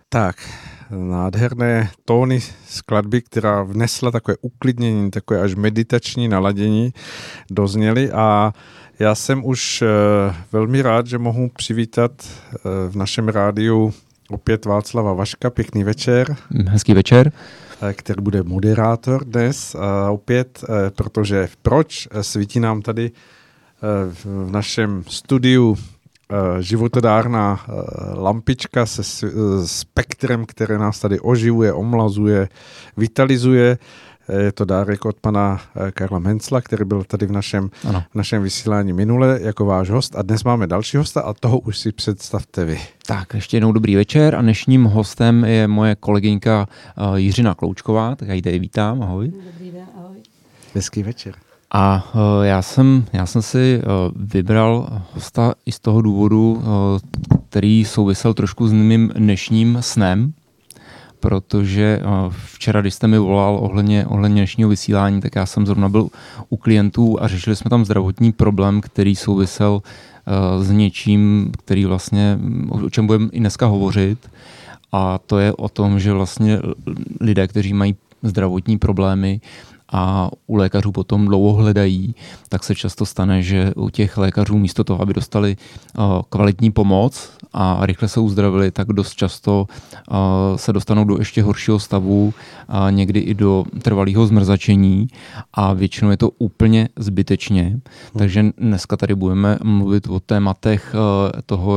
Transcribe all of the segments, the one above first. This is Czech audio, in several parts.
Tak, nádherné tóny skladby, která vnesla takové uklidnění, takové až meditační naladění dozněly a já jsem už velmi rád, že mohu přivítat v našem rádiu opět Václava Vaška. Pěkný večer. Hezký večer. Který bude moderátor dnes. A opět, protože proč svítí nám tady v našem studiu životodárná lampička se spektrem, které nás tady oživuje, omlazuje, vitalizuje. Je to dárek od pana Karla Mencla, který byl tady v našem vysílání minule jako váš host. A dnes máme další hosta a toho už si představte vy. Tak, ještě jednou dobrý večer a dnešním hostem je moje kolegyňka Jiřina Kloučková. Tak já ji tady vítám, ahoj. Dobrý den, ahoj. Hezký večer. A já jsem si vybral hosta i z toho důvodu, který souvisel trošku s mým dnešním snem, protože včera, když jste mi volal ohledně dnešního vysílání, tak já jsem zrovna byl u klientů a řešili jsme tam zdravotní problém, který souvisel s něčím, který vlastně, o čem budeme i dneska hovořit. A to je o tom, že vlastně lidé, kteří mají zdravotní problémy a u lékařů potom dlouho hledají, tak se často stane, že u těch lékařů místo toho, aby dostali kvalitní pomoc a rychle se uzdravili, tak dost často se dostanou do ještě horšího stavu, někdy i do trvalého zmrzačení a většinou je to úplně zbytečně. Takže dneska tady budeme mluvit o tématech toho,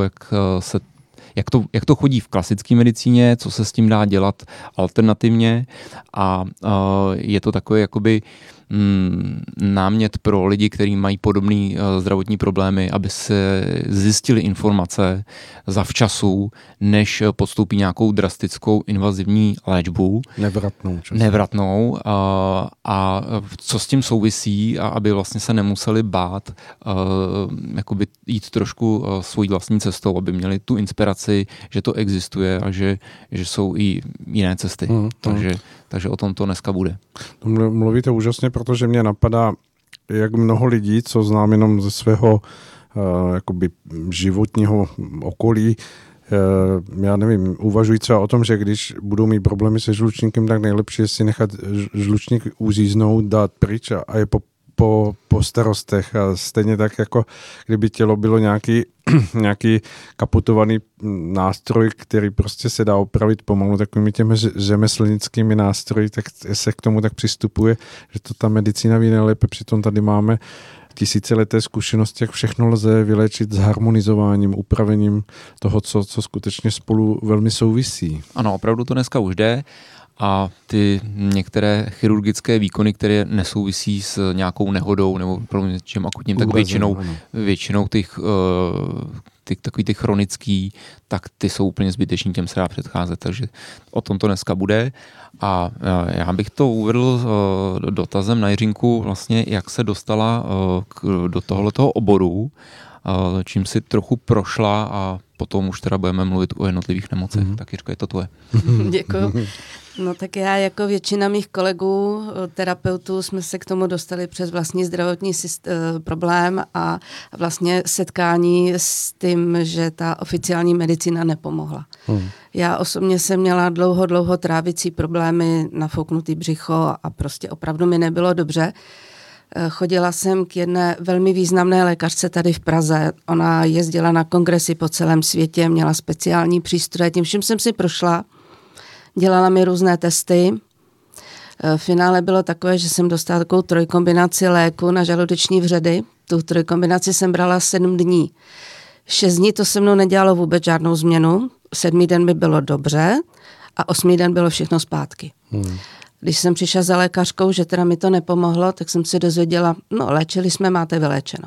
jak to chodí v klasické medicíně, co se s tím dá dělat alternativně a je to takové jakoby námět pro lidi, kteří mají podobné zdravotní problémy, aby se zjistili informace zavčasu, než podstoupí nějakou drastickou invazivní léčbu. Nevratnou. A co s tím souvisí, a aby vlastně se nemuseli bát jakoby jít trošku svojí vlastní cestou, aby měli tu inspiraci, že to existuje a že jsou i jiné cesty. Takže o tom to dneska bude. Mluvíte úžasně, protože mě napadá, jak mnoho lidí, co znám jenom ze svého jakoby životního okolí, já nevím, uvažují třeba o tom, že když budou mít problémy se žlučníkem, tak nejlepší je si nechat žlučník uříznout, dát pryč a je po starostech. A stejně tak, jako kdyby tělo bylo nějaký kaputovaný nástroj, který prostě se dá opravit pomalu takovými těmi řemeslnickými nástroji, tak se k tomu tak přistupuje, že to ta medicína ví nejlépe. Přitom tady máme tisícileté zkušenosti, jak všechno lze vyléčit s harmonizováním, upravením toho, co skutečně spolu velmi souvisí. Ano, opravdu to dneska už jde. A ty některé chirurgické výkony, které nesouvisí s nějakou nehodou nebo něčím akutním, tak většinou takový ty chronický, tak ty jsou úplně zbytečný, těm se dá předcházet, takže o tom to dneska bude. A já bych to uvedl dotazem na Jiřinku, vlastně jak se dostala do tohoto oboru, čím si trochu prošla a potom už teda budeme mluvit o jednotlivých nemocech. Tak Jiřko, je to tvoje. Děkuju. No tak já jako většina mých kolegů, terapeutů, jsme se k tomu dostali přes vlastní zdravotní problém a vlastně setkání s tím, že ta oficiální medicína nepomohla. Já osobně jsem měla dlouho trávicí problémy, nafouknutý břicho a prostě opravdu mi nebylo dobře. Chodila jsem k jedné velmi významné lékařce tady v Praze. Ona jezdila na kongresy po celém světě, měla speciální přístroje, tím všem jsem si prošla. Dělala mi různé testy. V finále bylo takové, že jsem dostala takovou trojkombinaci léku na žaludeční vředy. Tu trojkombinaci jsem brala 7 dní. 6 dní to se mnou nedělalo vůbec žádnou změnu. 7. den by bylo dobře a 8. den bylo všechno zpátky. Když jsem přišla za lékařkou, že teda mi to nepomohlo, tak jsem se dozvěděla, léčili jsme, máte vyléčeno.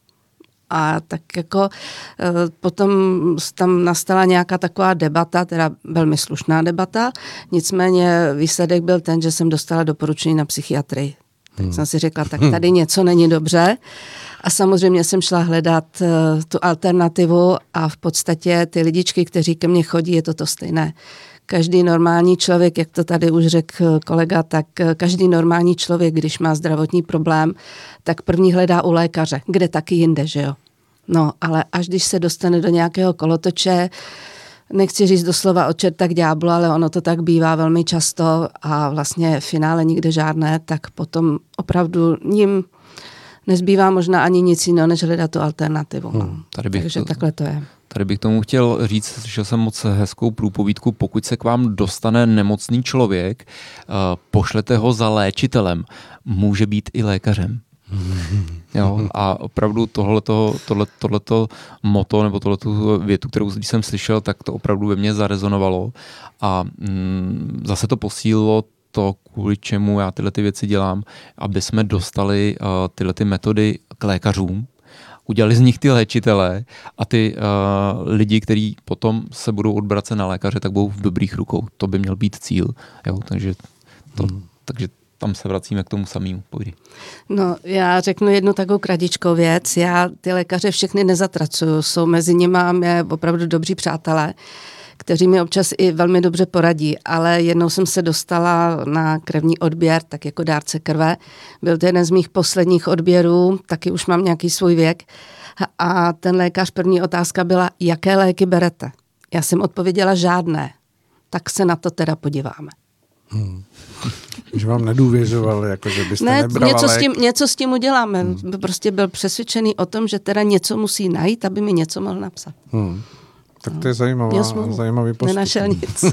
A tak jako potom tam nastala nějaká taková debata, teda velmi slušná debata, nicméně výsledek byl ten, že jsem dostala doporučení na psychiatrii. Tak jsem si řekla, tak tady něco není dobře. A samozřejmě jsem šla hledat tu alternativu a v podstatě ty lidičky, kteří ke mně chodí, je to stejné. Každý normální člověk, jak to tady už řekl kolega, tak každý normální člověk, když má zdravotní problém, tak první hledá u lékaře, kde taky jinde, že jo. No, ale až když se dostane do nějakého kolotoče, nechci říct doslova od čerta k ďáblu, ale ono to tak bývá velmi často a vlastně v finále nikde žádné, tak potom opravdu ním nezbývá možná ani nic jiného, než hledat tu alternativu. Takže takhle to je. Tady bych tomu chtěl říct, slyšel jsem moc hezkou průpovídku, pokud se k vám dostane nemocný člověk, pošlete ho za léčitelem, může být i lékařem. Jo, a opravdu tohleto motto nebo tohleto větu, kterou jsem slyšel, tak to opravdu ve mně zarezonovalo a zase to posílilo to, kvůli čemu já tyhle ty věci dělám, aby jsme dostali tyhle ty metody k lékařům, udělali z nich ty léčitele a ty lidi, kteří potom se budou odbracet na lékaře, tak budou v dobrých rukou. To by měl být cíl. Jo, takže tam se vracíme k tomu samému. Pojdi. No, já řeknu jednu takovou kratičkou věc. Já ty lékaře všechny nezatracuju. Jsou mezi nimi opravdu dobří přátelé, kteří mi občas i velmi dobře poradí, ale jednou jsem se dostala na krevní odběr, tak jako dárce krve. Byl to jeden z mých posledních odběrů, taky už mám nějaký svůj věk. A ten lékař, první otázka byla, jaké léky berete? Já jsem odpověděla žádné. Tak se na to teda podíváme. Že vám nedůvěřoval, jako že byste nebrala něco s tím uděláme. Prostě byl přesvědčený o tom, že teda něco musí najít, aby mi něco mohl napsat. Tak to je zajímavý postup. Nenašel nic.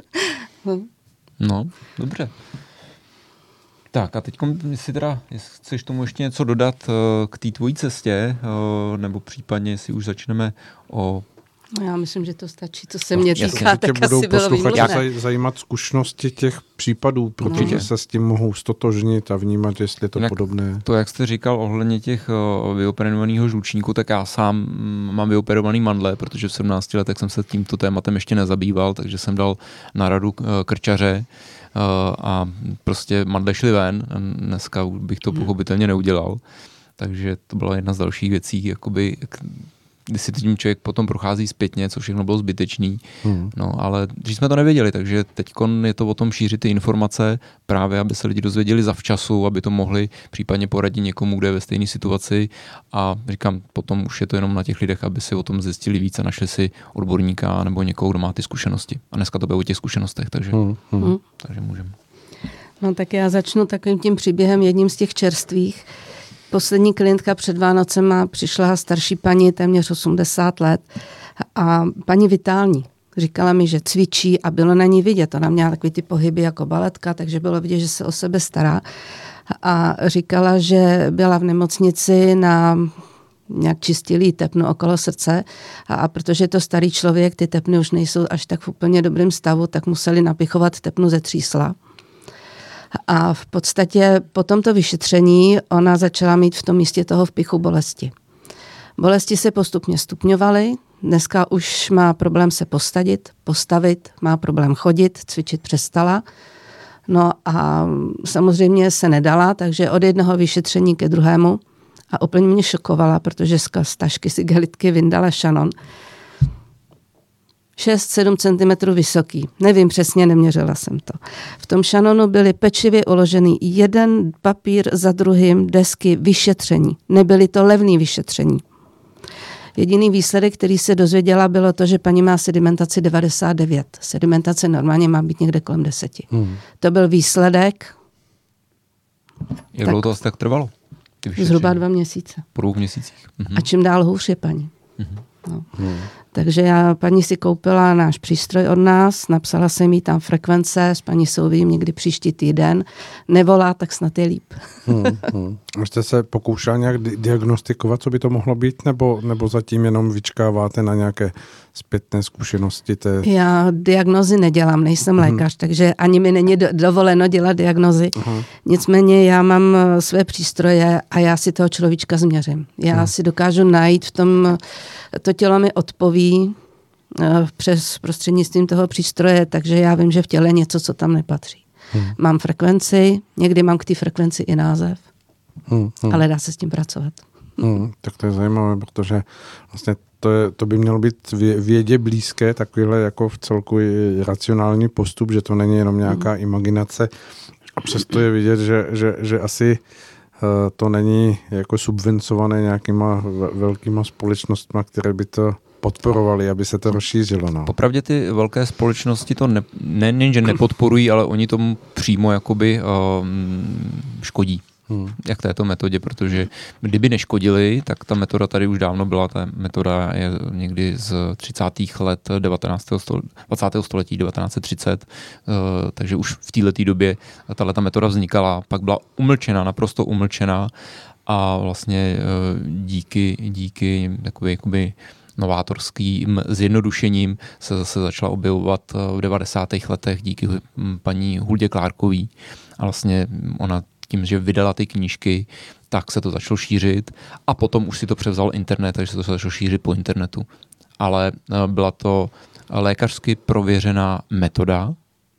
No, dobře. Tak a teď jestli chceš tomu ještě něco dodat k té tvojí cestě, nebo případně, jestli už začneme o... No já myslím, že to stačí, co se mě týká, tak asi bylo výborné. Budou zajímat zkušenosti těch případů, protože se s tím mohou stotožnit a vnímat, jestli je to podobné. To, jak jste říkal ohledně těch vyoperovaného žlučníku, tak já sám mám vyoperovaný mandle, protože v 17 letech jsem se tímto tématem ještě nezabýval, takže jsem dal na radu krčaře a prostě mandle šly ven. Dneska bych to pochopitelně neudělal. Takže to byla jedna z dalších věcí, jakoby... kdy si tím člověk potom prochází zpětně, co všechno bylo zbytečný. No, ale když jsme to nevěděli, takže teď je to o tom šířit ty informace právě, aby se lidi dozvěděli zavčasu, aby to mohli případně poradit někomu, kde je ve stejné situaci a říkám, potom už je to jenom na těch lidech, aby si o tom zjistili víc a našli si odborníka nebo někoho, kdo má ty zkušenosti. A dneska to bude o těch zkušenostech, takže můžeme. No tak já začnu takovým tím příběhem, jedním z těch čerstvých. Poslední klientka před Vánocema přišla starší paní, téměř 80 let a paní vitální. Říkala mi, že cvičí a bylo na ní vidět. Ona měla takový ty pohyby jako baletka, takže bylo vidět, že se o sebe stará. A říkala, že byla v nemocnici nějak čistili tepnu okolo srdce a protože je to starý člověk, ty tepny už nejsou až tak v úplně dobrém stavu, tak museli napichovat tepnu ze třísla. A v podstatě po tomto vyšetření ona začala mít v tom místě toho vpichu bolesti. Bolesti se postupně stupňovaly, dneska už má problém se postavit, má problém chodit, cvičit přestala. No a samozřejmě se nedala, takže od jednoho vyšetření ke druhému a úplně mě šokovala, protože z tašky si gelitky vyndala šanon. 6-7 cm vysoký. Nevím přesně, neměřila jsem to. V tom šanonu byly pečlivě uložený jeden papír za druhým desky vyšetření. Nebyly to levný vyšetření. Jediný výsledek, který se dozvěděla, bylo to, že paní má sedimentaci 99. Sedimentace normálně má být někde kolem 10. To byl výsledek. Jak dlouho to asi tak trvalo? Zhruba 2 měsíce. Po 2 měsících. A čím dál hůř je paní. No. Takže paní si koupila náš přístroj od nás, napsala jsem jí tam frekvence, s paní souvím někdy příští týden, nevolá, tak snad je líp. Jste se pokoušela nějak diagnostikovat, co by to mohlo být, nebo zatím jenom vyčkáváte na nějaké zpětné zkušenosti? Já diagnozy nedělám, nejsem lékař, takže ani mi není dovoleno dělat diagnozy. Nicméně já mám své přístroje a já si toho človíčka změřím. Já si dokážu najít v tom, to tělo mi odpoví přes prostřednictvím toho přístroje, takže já vím, že v těle je něco, co tam nepatří. Mám frekvenci, někdy mám k té frekvenci i název, ale dá se s tím pracovat. Tak to je zajímavé, protože vlastně to by mělo být vědě blízké, takovýhle jako v celku racionální postup, že to není jenom nějaká imaginace. A přesto je vidět, že asi to není jako subvencované nějakýma velkýma společnostma, které by to podporovali, aby se to rozšířilo. No. Popravdě ty velké společnosti to nejenže nepodporují, ale oni tomu přímo jakoby škodí. Jak této metodě, protože kdyby neškodili, tak ta metoda tady už dávno byla, ta metoda je někdy z 30. let 20. století, 1930, takže už v této době tato metoda vznikala, pak byla umlčena, naprosto umlčena a vlastně díky takové jakoby novátorským zjednodušením se zase začala objevovat v 90. letech díky paní Huldě Clarkový a vlastně ona tím, že vydala ty knížky, tak se to začalo šířit a potom už si to převzal internet, takže se to začalo šířit po internetu. Ale byla to lékařsky prověřená metoda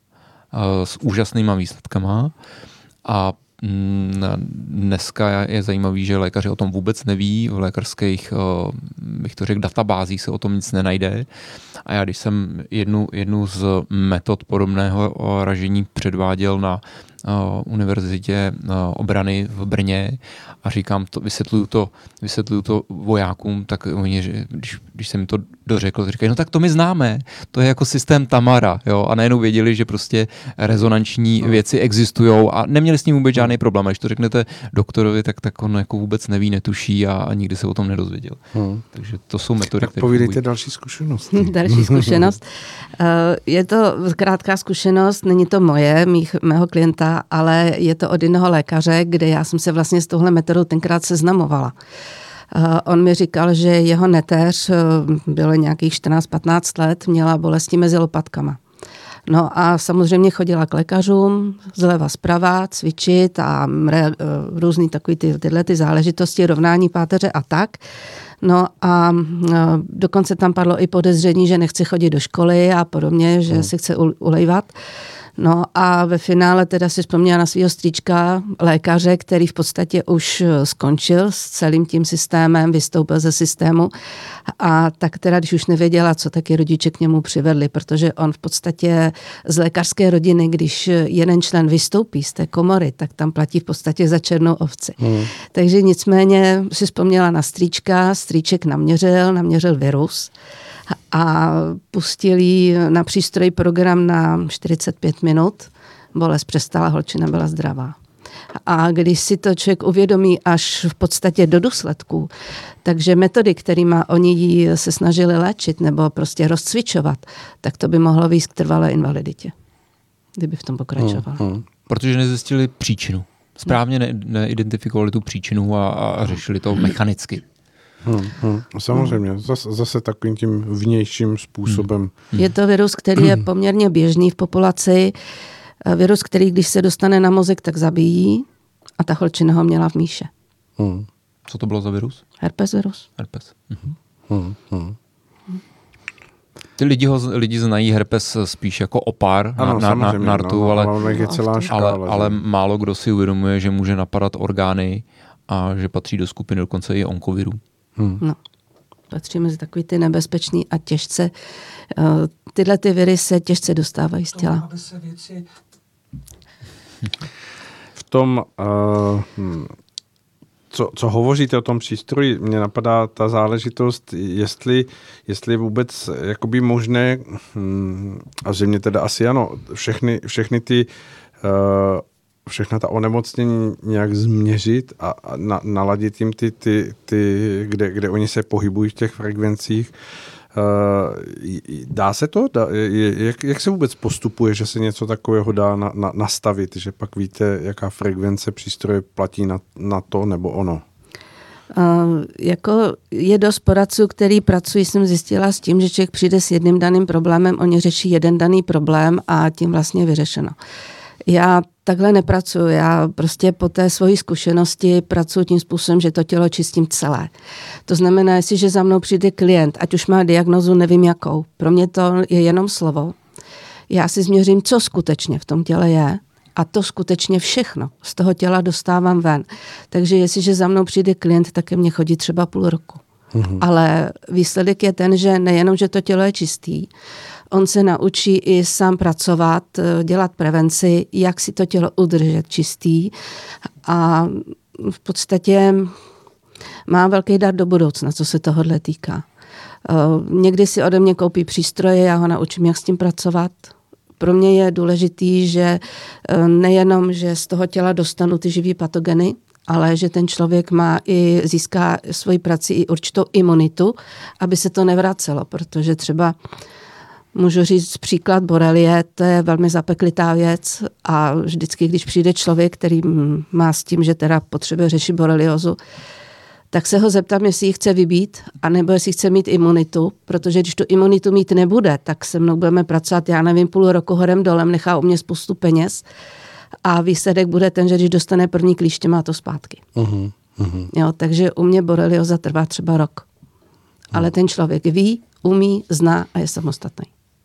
s úžasnýma výsledkama a dneska je zajímavý, že lékaři o tom vůbec neví, v lékařských, bych to řekl, databázích se o tom nic nenajde. A já když jsem jednu z metod podobného ražení předváděl na univerzitě obrany v Brně a říkám, vysvětluju to vojákům, tak oni, když jsem to dořekl, říkají, no tak to my známe, to je jako systém Tamara, jo, a najednou věděli, že prostě rezonanční věci existujou a neměli s ním vůbec žádný problém. A když to řeknete doktorovi, tak on jako vůbec neví, netuší a nikdy se o tom nedozvěděl. Takže to jsou metody, tak povídejte další zkušenost. Další zkušenost. Je to krátká zkušenost, není to mého klienta, ale je to od jednoho lékaře, kde já jsem se vlastně s touhle metodou tenkrát seznamovala. On mi říkal, že jeho neteř, bylo nějakých 14-15 let, měla bolesti mezi lopatkama. No a samozřejmě chodila k lékařům zleva zprava cvičit a různý takový tyhle záležitosti, rovnání páteře a tak. No a dokonce tam padlo i podezření, že nechce chodit do školy a podobně, že si chce ulejvat. No a ve finále teda si vzpomněla na svého strýčka, lékaře, který v podstatě už skončil s celým tím systémem, vystoupil ze systému a tak teda, když už nevěděla, co, taky rodiče k němu přivedli, protože on v podstatě z lékařské rodiny, když jeden člen vystoupí z té komory, tak tam platí v podstatě za černou ovci. Takže nicméně si vzpomněla na strýčka, strýček naměřil virus, a pustili na přístroj program na 45 minut. Bolest přestala, holčina byla zdravá. A když si to člověk uvědomí až v podstatě do důsledků, takže metody, kterými oni ji se snažili léčit nebo prostě rozcvičovat, tak to by mohlo vést k trvalé invaliditě, kdyby v tom pokračoval. Protože nezjistili příčinu. Správně neidentifikovali tu příčinu a řešili to mechanicky. Samozřejmě, zase takovým tím vnějším způsobem. Je to virus, který je poměrně běžný v populaci. Virus, který když se dostane na mozek, tak zabíjí a ta holčina ho měla v míše. Co to bylo za virus? Herpes virus. Herpes. Ty lidi znají herpes spíš jako opár na rtu, ale málo kdo si uvědomuje, že může napadat orgány a že patří do skupiny dokonce i onkovirů. No, patří mezi takový ty nebezpečný a těžce. Tyhle ty viry se těžce dostávají z těla. V tom, co hovoříte o tom přístroji, mě napadá ta záležitost, jestli vůbec jakoby možné, a zřejmě teda asi ano, všechny ty všechna ta onemocnění nějak změřit a naladit jim kde oni se pohybují v těch frekvencích. Dá se to? Jak se vůbec postupuje, že se něco takového dá nastavit, že pak víte, jaká frekvence přístroje platí na to nebo ono? Jako je dost poradců, který pracují, jsem zjistila s tím, že člověk přijde s jedním daným problémem, oni řeší jeden daný problém a tím vlastně je vyřešeno. Já takhle nepracuji, já prostě po té svojí zkušenosti pracuji tím způsobem, že to tělo čistím celé. To znamená, jestliže za mnou přijde klient, ať už má diagnózu, nevím jakou, pro mě to je jenom slovo. Já si změřím, co skutečně v tom těle je a to skutečně všechno z toho těla dostávám ven. Takže jestliže za mnou přijde klient, tak ke mně chodí třeba půl roku. Ale výsledek je ten, že nejenom, že to tělo je čistý, on se naučí i sám pracovat, dělat prevenci, jak si to tělo udržet čistý a v podstatě má velký dar do budoucna, co se tohohle týká. Někdy si ode mě koupí přístroje, já ho naučím, jak s tím pracovat. Pro mě je důležitý, že nejenom, že z toho těla dostanu ty živý patogeny, ale že ten člověk získá svoji prací i určitou imunitu, aby se to nevracelo, protože třeba můžu říct příklad borelie, to je velmi zapeklitá věc a vždycky, když přijde člověk, který má s tím, že teda potřebuje řešit boreliozu, tak se ho zeptám, jestli ji chce vybít, anebo jestli chce mít imunitu, protože když tu imunitu mít nebude, tak se mnou budeme pracovat, já nevím, půl roku horem dolem, nechá u mě spoustu peněz a výsledek bude ten, že když dostane první klíště, má to zpátky. Jo, takže u mě borelioza trvá třeba rok. Ale ten člověk ví, umí, zná a je samostatný.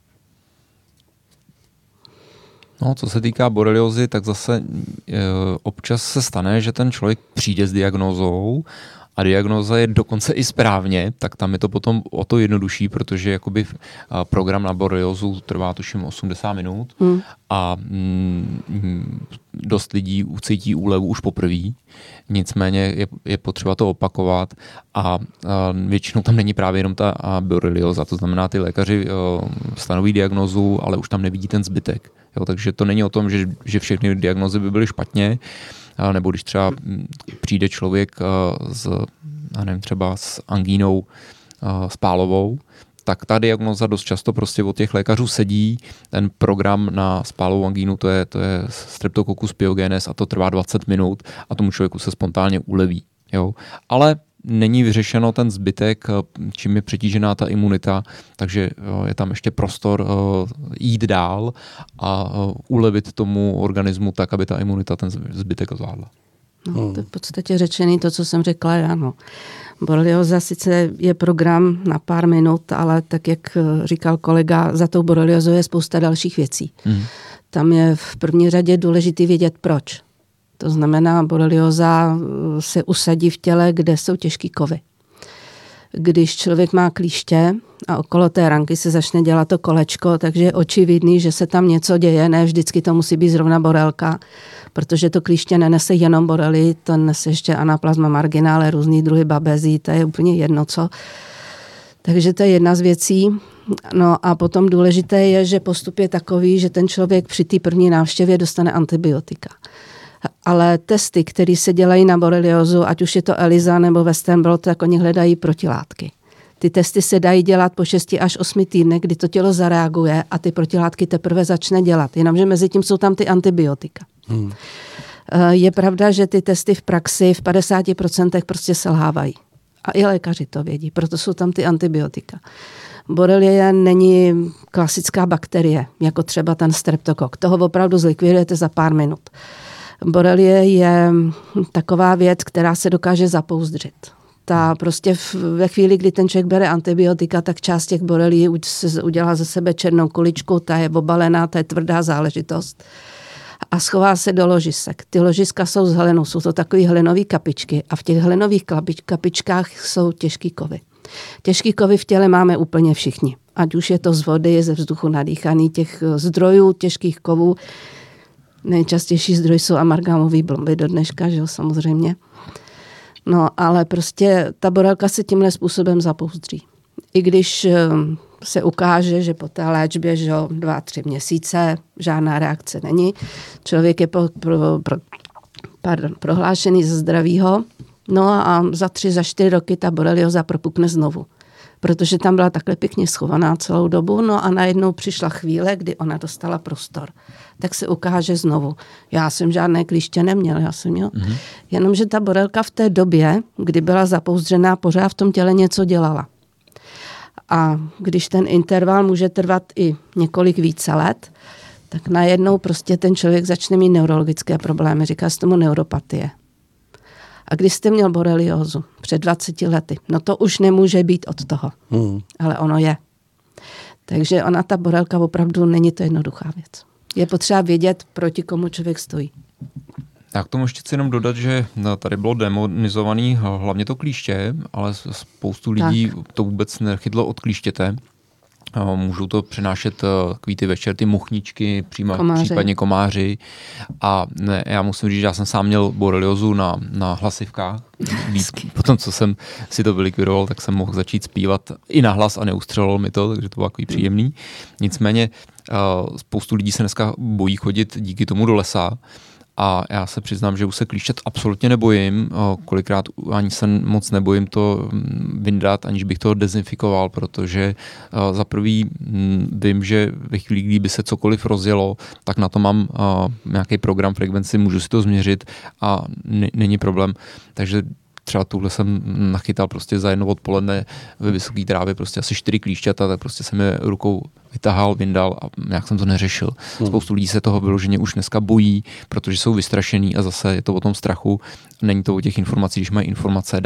No, co se týká boreliozy, tak zase občas se stane, že ten člověk přijde s diagnózou a diagnóza je dokonce i správně, tak tam je to potom o to jednodušší, protože jakoby program na boreliozu trvá tuším 80 minut a dost lidí ucítí úlevu už poprvé. Nicméně je potřeba to opakovat a většinou tam není právě jenom ta borelioza, to znamená, ty lékaři stanoví diagnózu, ale už tam nevidí ten zbytek. Jo, takže to není o tom, že všechny diagnózy by byly špatně, nebo když třeba přijde člověk třeba s angínou spálovou, tak ta diagnóza dost často prostě od těch lékařů sedí. Ten program na spálovou angínu, to je Streptococcus pyogenes a to trvá 20 minut a tomu člověku se spontánně uleví. Jo. Ale není vyřešeno ten zbytek, čím je přetížená ta imunita, takže je tam ještě prostor jít dál a ulevit tomu organismu tak, aby ta imunita ten zbytek zvládla. No, to je v podstatě řečený to, co jsem řekla já. No. Borelioza sice je program na pár minut, ale tak, jak říkal kolega, za tou boreliozou je spousta dalších věcí. Tam je v první řadě důležité vědět proč. To znamená, borelioza se usadí v těle, kde jsou těžké kovy. Když člověk má klíště a okolo té ranky se začne dělat to kolečko, takže je očividný, že se tam něco děje, ne vždycky to musí být zrovna borelka, protože to klíště nenese jenom borelii, to nese ještě anaplasma marginale, různý druhy babezí, to je úplně jedno co. Takže to je jedna z věcí. No a potom důležité je, že postup je takový, že ten člověk při té první návštěvě dostane antibiotika. Ale testy, které se dělají na boreliozu, ať už je to ELISA nebo Western blot, tak oni hledají protilátky. Ty testy se dají dělat po 6 až 8 týdnech, kdy to tělo zareaguje a ty protilátky teprve začne dělat. Jenomže mezi tím jsou tam ty antibiotika. Je pravda, že ty testy v praxi v 50% prostě selhávají. A i lékaři to vědí, proto jsou tam ty antibiotika. Borelie není klasická bakterie, jako třeba ten streptokok. Toho opravdu zlikvidujete za pár minut. Borelie je taková věc, která se dokáže zapouzdřit. Ta prostě ve chvíli, kdy ten člověk bere antibiotika, tak část těch borelií udělá ze sebe černou kuličku, ta je obalená, ta je tvrdá záležitost a schová se do ložisek. Ty ložiska jsou z hlenu, jsou to takové hlinové kapičky a v těch hlinových kapičkách jsou těžké kovy. Těžké kovy v těle máme úplně všichni. Ať už je to z vody, ze vzduchu nadýchaný, těch zdrojů těžkých kovů. Nejčastější zdroj jsou amalgámové blomby do dneška, že jo, samozřejmě. No, ale prostě ta borelka se tímhle způsobem zapouzdří. I když se ukáže, že po té léčbě, že jo, 2-3 měsíce žádná reakce není, člověk je prohlášený ze zdravýho, no a za 3-4 roky ta borelioza propukne znovu. Protože tam byla takhle pěkně schovaná celou dobu, no a najednou přišla chvíle, kdy ona dostala prostor. Tak se ukáže znovu. Já jsem žádné klíště neměl, já jsem měl. Jenomže ta borelka v té době, kdy byla zapouzdřená, pořád v tom těle něco dělala. A když ten interval může trvat i několik více let, tak najednou prostě ten člověk začne mít neurologické problémy. Říká se tomu neuropatie. A když jste měl boreliózu před 20 lety, no to už nemůže být od toho. Ale ono je. Takže ona, ta borelka, opravdu není to jednoduchá věc. Je potřeba vědět, proti komu člověk stojí. Já k tomu ještě chci jenom dodat, že tady bylo demonizovaný hlavně to klíště, ale spoustu lidí to vůbec nechytlo od klíštěte. Můžou to přenášet takový ty večer, ty muchničky, případně komáři. A ne, já musím říct, že já jsem sám měl boreliozu na hlasivkách. Potom, co jsem si to vylikvidoval, tak jsem mohl začít zpívat i na hlas a neustřelilo mi to, takže to bylo takový příjemný. Nicméně spoustu lidí se dneska bojí chodit díky tomu do lesa. A já se přiznám, že už se klíšťat absolutně nebojím, kolikrát ani se moc nebojím to vyndat, aniž bych to dezinfikoval, protože za prvý vím, že ve chvíli, kdyby se cokoliv rozjelo, tak na to mám nějaký program frekvenci, můžu si to změřit a není problém. Takže třeba tuhle jsem nachytal prostě za jedno odpoledne ve vysoké trávě prostě asi 4 klíšťata, tak prostě jsem je rukou vytahal, vyndal a nějak jsem to neřešil. Spoustu lidí se toho vyloženě už dneska bojí, protože jsou vystrašený a zase je to o tom strachu. Není to o těch informací, když mají informace,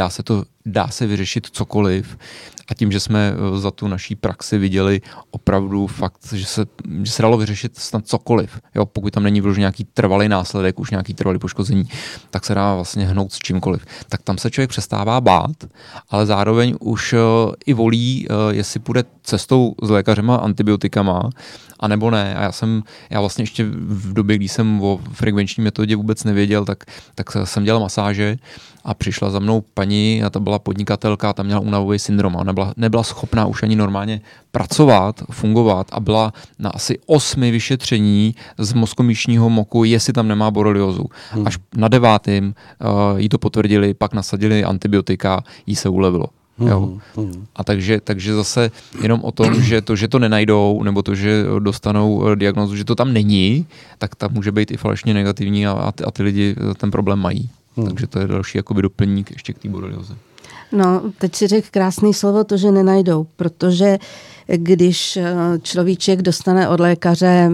dá se vyřešit cokoliv. A tím, že jsme za tu naší praxi viděli opravdu fakt, že se dalo vyřešit snad cokoliv. Jo, pokud tam není vyložený nějaký trvalý následek, už nějaký trvalý poškození, tak se dá vlastně hnout s čímkoliv. Tak tam se člověk přestává bát, ale zároveň už i volí, jestli půjde cestou s lékařema, antibiotikama, a nebo ne. A já vlastně ještě v době, kdy jsem o frekvenční metodě vůbec nevěděl, tak jsem dělal masáže a přišla za mnou paní a ta byla podnikatelka, ta měla únavový syndrom a nebyla schopná už ani normálně pracovat, fungovat a byla na asi 8 vyšetření z mozkomyšního moku, jestli tam nemá boreliozu. Až na 9. jí to potvrdili, pak nasadili antibiotika, jí se ulevilo. Jo. A takže zase jenom o tom, že to nenajdou, nebo to, že dostanou diagnózu, že to tam není, tak tam může být i falešně negativní a ty lidi ten problém mají. Takže to je další jakoby doplňník ještě k té borelioze. No, teď si řekl krásný slovo, to, že nenajdou, protože když človíček dostane od lékaře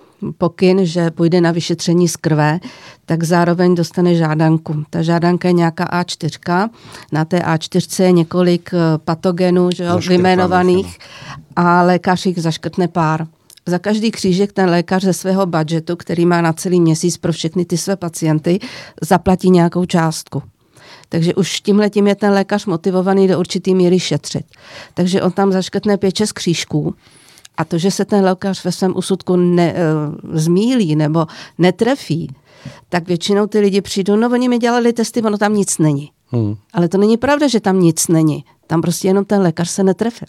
pokyn, že půjde na vyšetření z krve, tak zároveň dostane žádanku. Ta žádanka je nějaká A4. Na té A4 je několik patogenů, že jo, vyjmenovaných a lékař jich zaškrtne pár. Za každý křížek ten lékař ze svého budžetu, který má na celý měsíc pro všechny ty své pacienty, zaplatí nějakou částku. Takže už tímhletím je ten lékař motivovaný do určitý míry šetřit. Takže on tam zaškrtne 5-6 křížků. A to, že se ten lékař ve svém úsudku zmýlí nebo netrefí, tak většinou ty lidi přijdou, no oni mi dělali testy, ono tam nic není. Ale to není pravda, že tam nic není. Tam prostě jenom ten lékař se netrefil.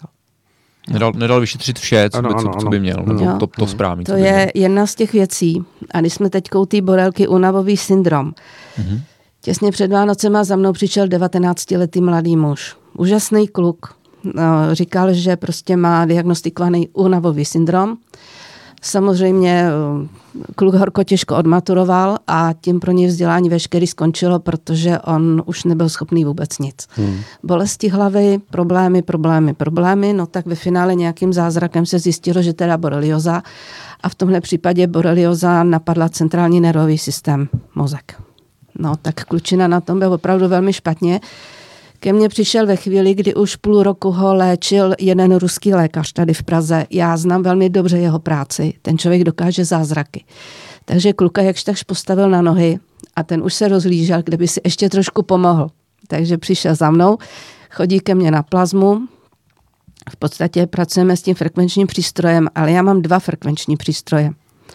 Nedal vyšetřit vše, co by měl. To správný. To je jedna z těch věcí. A když jsme teď té borelky únavový syndrom. Těsně před Vánocema za mnou přišel 19letý mladý muž. Úžasný kluk. Říkal, že prostě má diagnostikovaný únavový syndrom. Samozřejmě kluk horko těžko odmaturoval a tím pro něj vzdělání veškerý skončilo, protože on už nebyl schopný vůbec nic. Bolesti hlavy, problémy, no tak ve finále nějakým zázrakem se zjistilo, že teda borelioza a v tomhle případě borelioza napadla centrální nervový systém, mozek. No tak klučina na tom byl opravdu velmi špatně. Ke mně přišel ve chvíli, kdy už půl roku ho léčil jeden ruský lékař tady v Praze. Já znám velmi dobře jeho práci. Ten člověk dokáže zázraky. Takže kluka jakž takž postavil na nohy a ten už se rozhlížel, kde by si ještě trošku pomohl. Takže přišel za mnou, chodí ke mně na plazmu. V podstatě pracujeme s tím frekvenčním přístrojem, ale já mám 2 frekvenční přístroje.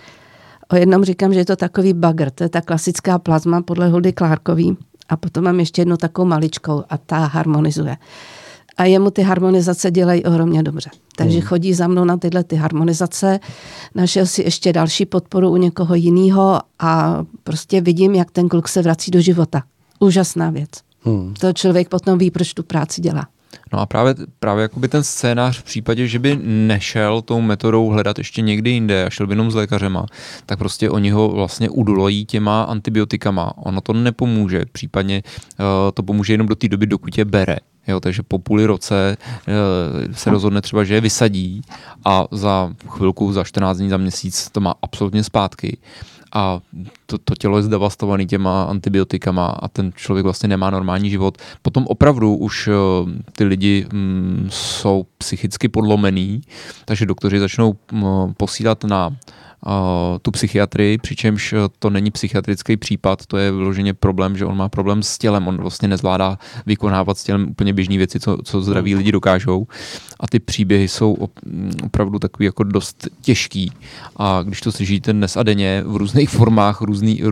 O jednom říkám, že je to takový bagr, to je ta klasická plazma podle Huldy Clarkový. A potom mám ještě jednu takovou maličkou a ta harmonizuje. A jemu ty harmonizace dělají ohromně dobře. Takže chodí za mnou na tyhle ty harmonizace. Našel si ještě další podporu u někoho jiného a prostě vidím, jak ten kluk se vrací do života. Úžasná věc. To člověk potom ví, proč tu práci dělá. No a právě jakoby ten scénář v případě, že by nešel tou metodou hledat ještě někdy jinde a šel by jenom s lékařema, tak prostě oni ho vlastně udulojí těma antibiotikama. Ono to nepomůže, případně to pomůže jenom do té doby, dokud je bere. Jo, takže po půli roce se rozhodne třeba, že je vysadí a za chvilku, za 14 dní, za měsíc to má absolutně zpátky. A to tělo je zdevastované těma antibiotikama a ten člověk vlastně nemá normální život. Potom opravdu už ty lidi jsou psychicky podlomený, takže doktoři začnou posílat na tu psychiatrii, přičemž to není psychiatrický případ, to je vyloženě problém, že on má problém s tělem, on vlastně nezvládá vykonávat s tělem úplně běžné věci, co zdraví lidi dokážou. A ty příběhy jsou opravdu takový jako dost těžký. A když to slyšíte dnes a denně v různých formách, různý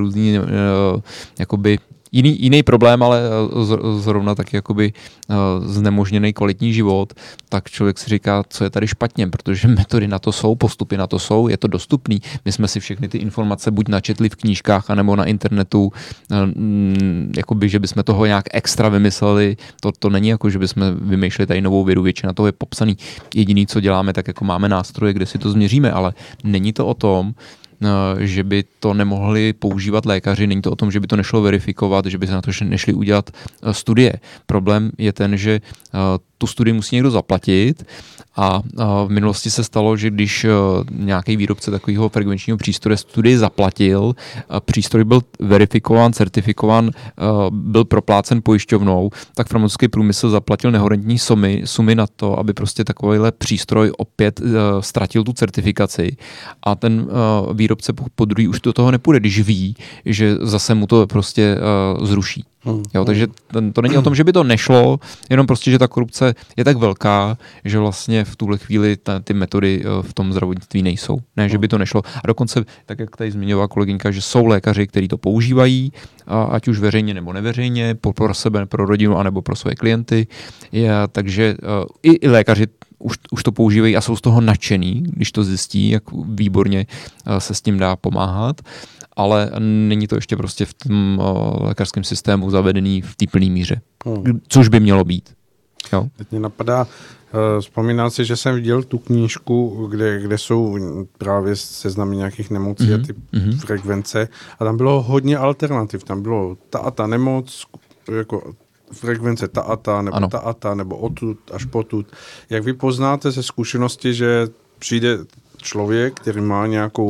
jakoby jiný problém, ale zrovna taky jakoby znemožněný kvalitní život, tak člověk si říká, co je tady špatně, protože metody na to jsou, postupy na to jsou, je to dostupný. My jsme si všechny ty informace buď načetli v knížkách, anebo na internetu, jakoby, že bychom toho nějak extra vymysleli. To není jako, že bychom vymýšleli tady novou vědu, většina toho je popsaný. Jediný, co děláme, tak jako máme nástroje, kde si to změříme, ale není to o tom, že by to nemohli používat lékaři, není to o tom, že by to nešlo verifikovat, že by se na to nešli udělat studie. Problém je ten, že tu studii musí někdo zaplatit a v minulosti se stalo, že když nějaký výrobce takového frekvenčního přístroje studii zaplatil, přístroj byl verifikován, certifikován, byl proplácen pojišťovnou, tak farmaceutický průmysl zaplatil nehorentní sumy na to, aby prostě takovýhle přístroj opět ztratil tu certifikaci a ten výrobce po druhý už do toho nepůjde, když ví, že zase mu to prostě zruší. Jo, takže to není o tom, že by to nešlo, jenom prostě, že ta korupce je tak velká, že vlastně v tuhle chvíli ty metody v tom zdravotnictví nejsou. Ne, že by to nešlo. A dokonce, tak jak tady zmiňovala kolegyňka, že jsou lékaři, kteří to používají, ať už veřejně nebo neveřejně, pro sebe, pro rodinu, anebo pro své klienty. Takže i lékaři už to používají a jsou z toho nadšený, když to zjistí, jak výborně se s tím dá pomáhat. Ale není to ještě prostě v tom lékařském systému zavedený v té plné míře. Což by mělo být. Jo? Teď mě napadá, vzpomínám si, že jsem viděl tu knížku, kde jsou právě seznamy nějakých nemocí a ty frekvence a tam bylo hodně alternativ. Tam bylo ta a ta nemoc, jako frekvence ta a ta, nebo ta a ta, nebo odtud až potud. Jak vy poznáte ze zkušenosti, že přijde člověk, který má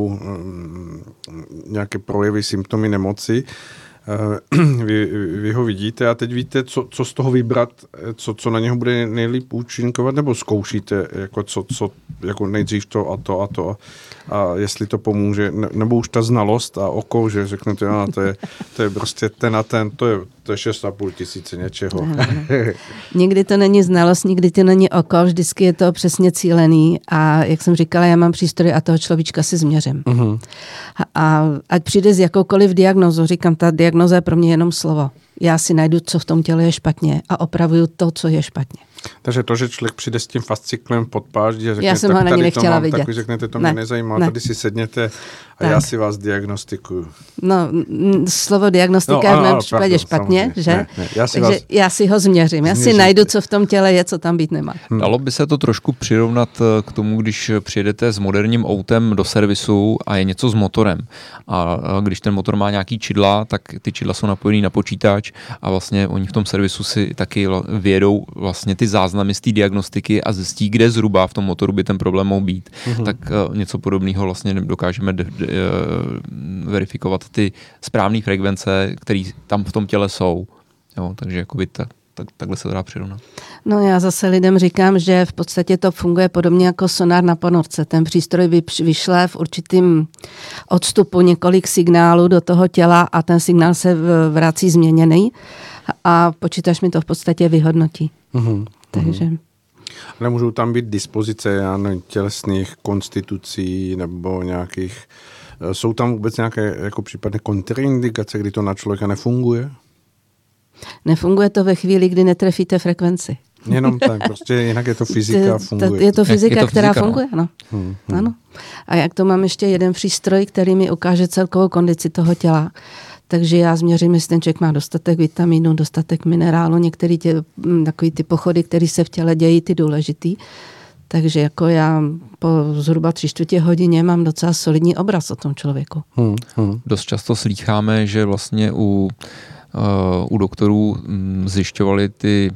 nějaké projevy, symptomy nemoci, vy ho vidíte a teď víte, co z toho vybrat, co na něho bude nejlíp účinkovat, nebo zkoušíte jako jako nejdřív to a to a to a jestli to pomůže, nebo už ta znalost a oko, že řeknete, to je prostě ten a ten, to je 6,5 tisíce něčeho. Nikdy to není znalost, nikdy to není oko, vždycky je to přesně cílený a jak jsem říkala, já mám přístroj a toho človíčka si změřím. A ať přijde s jakoukoliv diagnózou, říkám, ta diagnóza je pro mě jenom slovo. Já si najdu, co v tom těle je špatně a opravuju to, co je špatně. Takže to, že člověk přijde s tím fasciklem pod páždí a řekne, já jsem ho na ní nechtěla vidět. Tak řeknete, to mě nezajímá, tady si sedněte a já si vás diagnostikuju. No, slovo diagnostika je v mém případě špatně, že? Ne, takže já si ho změřím. Já si najdu, co v tom těle je, co tam být nemá. Dalo by se to trošku přirovnat k tomu, když přijedete s moderním autem do servisu a je něco s motorem. A když ten motor má nějaký čidla, tak ty čidla jsou napojený na počítač a vlastně oni v tom servisu si taky vědou vlastně ty záznamy z té diagnostiky a zjistí, kde zhruba v tom motoru by ten problém mohl být. Tak něco podobného vlastně dokážeme verifikovat ty správné frekvence, které tam v tom těle jsou. Jo, takže jakoby takhle se to dá přirovnat. No já zase lidem říkám, že v podstatě to funguje podobně jako sonar na ponorce. Ten přístroj vyšle v určitým odstupu několik signálů do toho těla a ten signál se vrací změněný a počítač mi to v podstatě vyhodnotí. Takže... Nemůžou tam být dispozice tělesných konstitucí nebo nějakých... Jsou tam vůbec nějaké jako případné kontraindikace, kdy to na člověka nefunguje? Nefunguje to ve chvíli, kdy netrefíte frekvenci. Jenom tak, prostě jinak je to fyzika, funguje. Je to fyzika, která funguje, ano. Ano. A jak to mám ještě jeden přístroj, který mi ukáže celkovou kondici toho těla. Takže já změřím, jestli ten člověk má dostatek vitamínu, dostatek minerálu, některé takový ty pochody, které se v těle dějí, ty důležitý. Takže jako já po zhruba 3/4 hodině mám docela solidní obraz o tom člověku. Dost často slýcháme, že vlastně u doktorů zjišťovali ty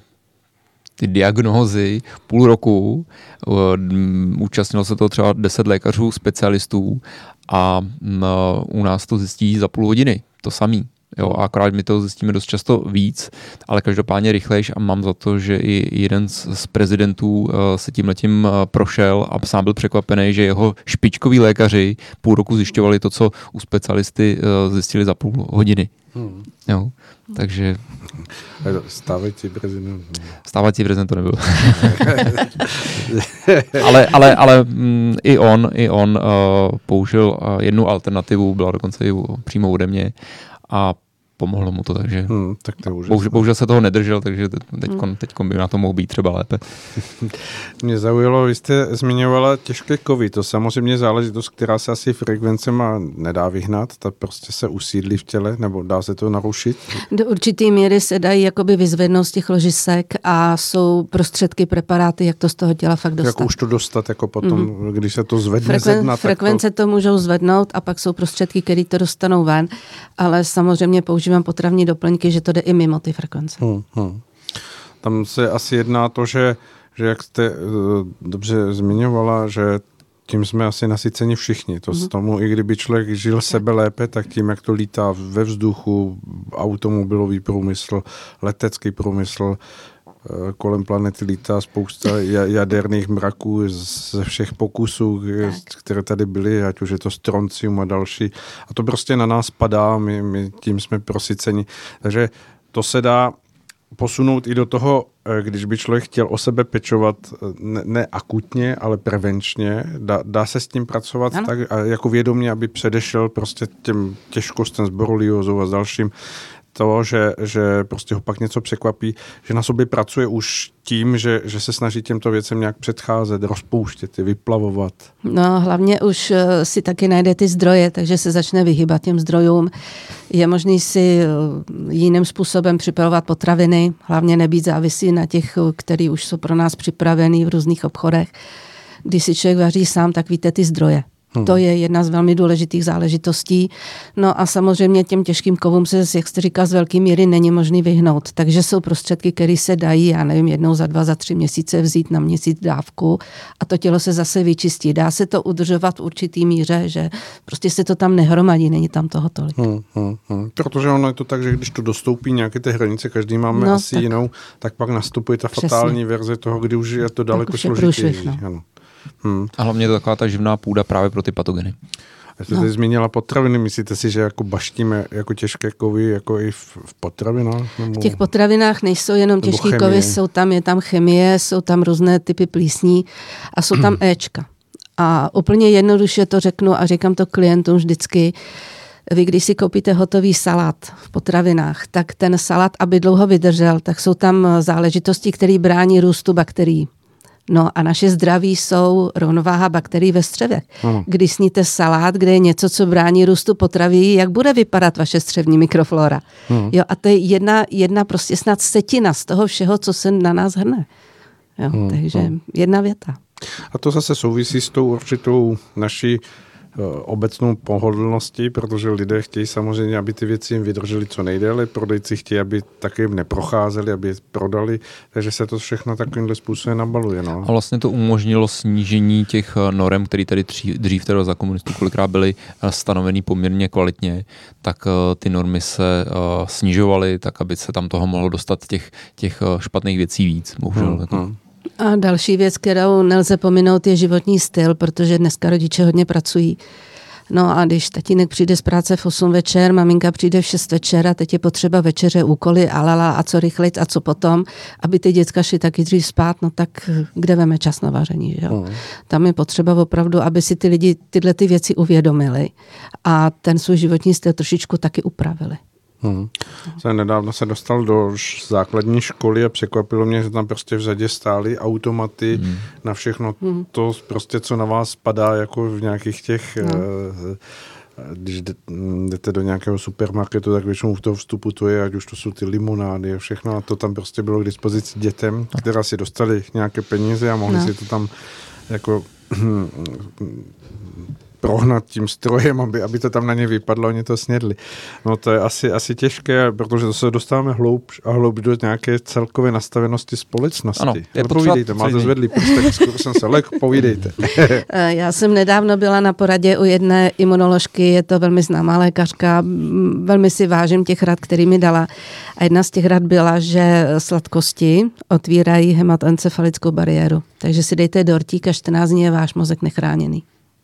diagnózy půl roku, účastnilo se to třeba 10 lékařů, specialistů a u nás to zjistí za půl hodiny, to samý. Jo, a akorát my to zjistíme dost často víc, ale každopádně rychlejš a mám za to, že i jeden z prezidentů se tímhletím prošel a sám byl překvapený, že jeho špičkoví lékaři půl roku zjišťovali to, co u specialisty zjistili za půl hodiny. Jo, takže... Stávající prezident. Stávající prezident to nebyl. ale i on použil jednu alternativu, byla dokonce i přímo ode mě a pomohlo mu to, takže tak to bohužel se toho nedržel, takže teď by na to mohl být třeba lépe. Mě zaujalo, vy jste zmiňovala těžké kovy, to samozřejmě záležitost, která se asi frekvencema nedá vyhnat, ta prostě se usídlí v těle, nebo dá se to narušit? Do určitý míry se dají jakoby vyzvednout z těch ložisek a jsou prostředky, preparáty, jak to z toho těla fakt dostat. Jak už to dostat, jako potom, když se to zvedne ze dna, frekvence to můžou zvednout a pak jsou prostředky, které to dostanou ven, ale samozřejmě používám potravní doplňky, že to jde i mimo ty frekvence. Tam se asi jedná to, že jak jste dobře zmiňovala, že tím jsme asi nasyceni všichni. To z tomu, i kdyby člověk žil sebe lépe, tak tím, jak to lítá ve vzduchu, automobilový průmysl, letecký průmysl, kolem planety lítá spousta jaderných mraků ze všech pokusů, které tady byly, ať už je to stroncium a další. A to prostě na nás padá, my tím jsme prosyceni. Takže to se dá posunout i do toho, když by člověk chtěl o sebe pečovat ne akutně, ale prevenčně. Dá se s tím pracovat tak a jako vědomě, aby předešel prostě těm těžkostem s boreliózou a s dalším. To, že prostě ho pak něco překvapí, že na sobě pracuje už tím, že se snaží těmto věcem nějak předcházet, rozpouštět, vyplavovat. No, hlavně už si taky najde ty zdroje, takže se začne vyhýbat těm zdrojům. Je možný si jiným způsobem připravovat potraviny, hlavně nebýt závislý na těch, který už jsou pro nás připravený v různých obchodech. Když si člověk vaří sám, tak víte ty zdroje. To je jedna z velmi důležitých záležitostí. No a samozřejmě těm těžkým kovům se, jak jste říkal, z velké míry není možný vyhnout. Takže jsou prostředky, které se dají, já nevím, jednou za 2, za 3 měsíce vzít na měsíc dávku a to tělo se zase vyčistí. Dá se to udržovat v určitý míře, že prostě se to tam nehromadí, není tam toho tolik. Protože ono je to tak, že když to dostoupí nějaké ty hranice, každý máme asi jinou, tak pak nastupuje ta fatální verze toho, kdy už je to daleko složitější. A hlavně je to taková ta živná půda právě pro ty patogeny. A jste tady zmínila potraviny, myslíte si, že jako baštíme jako těžké kovy jako i v potravinách? V těch potravinách nejsou jenom těžké kovy, je tam chemie, jsou tam různé typy plísní a jsou tam éčka. A úplně jednoduše to řeknu a říkám to klientům vždycky, vy když si koupíte hotový salát v potravinách, tak ten salát, aby dlouho vydržel, tak jsou tam záležitosti, které brání růstu bakterií. No a naše zdraví jsou rovnováha bakterií ve střevě. Když sníte salát, kde je něco, co brání růstu potraví, jak bude vypadat vaše střevní mikroflora? Jo, a to je jedna prostě snad setina z toho všeho, co se na nás hrne. Jo, takže jedna věta. A to zase souvisí s tou určitou naší obecnou pohodlností, protože lidé chtějí samozřejmě, aby ty věci jim vydržely co nejdéle, prodejci chtějí, aby taky jim neprocházeli, aby je prodali, takže se to všechno takovýmhle způsobem nabaluje. No. A vlastně to umožnilo snížení těch norem, které tady dřív teda za komunistů kolikrát byly stanovený poměrně kvalitně, tak ty normy se snižovaly, tak aby se tam toho mohlo dostat těch špatných věcí víc. Bohužel. A další věc, kterou nelze pominout, je životní styl, protože dneska rodiče hodně pracují. No a když tatínek přijde z práce v 8 večer, maminka přijde v 6 večer a teď je potřeba večeře, úkoly a co rychlejc a co potom, aby ty děcka šly taky dřív spát, no tak kde veme čas na vaření, že jo? Tam je potřeba opravdu, aby si ty lidi tyhle ty věci uvědomili a ten svůj životní styl trošičku taky upravili. Nedávno se dostal do základní školy a překvapilo mě, že tam prostě v řadě stály automaty na všechno to prostě, co na vás padá jako v nějakých těch když jdete do nějakého supermarketu, tak většinou v toho vstupu to je, ať už to jsou ty limonády a všechno a to tam prostě bylo k dispozici dětem, která si dostali nějaké peníze a mohli si to tam jako prohnat tím strojem, aby to tam na ně vypadlo, oni to snědli. No to je asi těžké, protože to se dostáváme hloubš a hloubš do nějaké celkové nastavenosti společnosti. Ano, povídejte, máte zvedlý prstek, skoro jsem se lek, povídejte. Já jsem nedávno byla na poradě u jedné imunoložky, je to velmi známá lékařka, velmi si vážím těch rad, který mi dala. A jedna z těch rad byla, že sladkosti otvírají hematoencefalickou bariéru. Takže si dejte dortík a 14 dní je váš mozek nechráněný.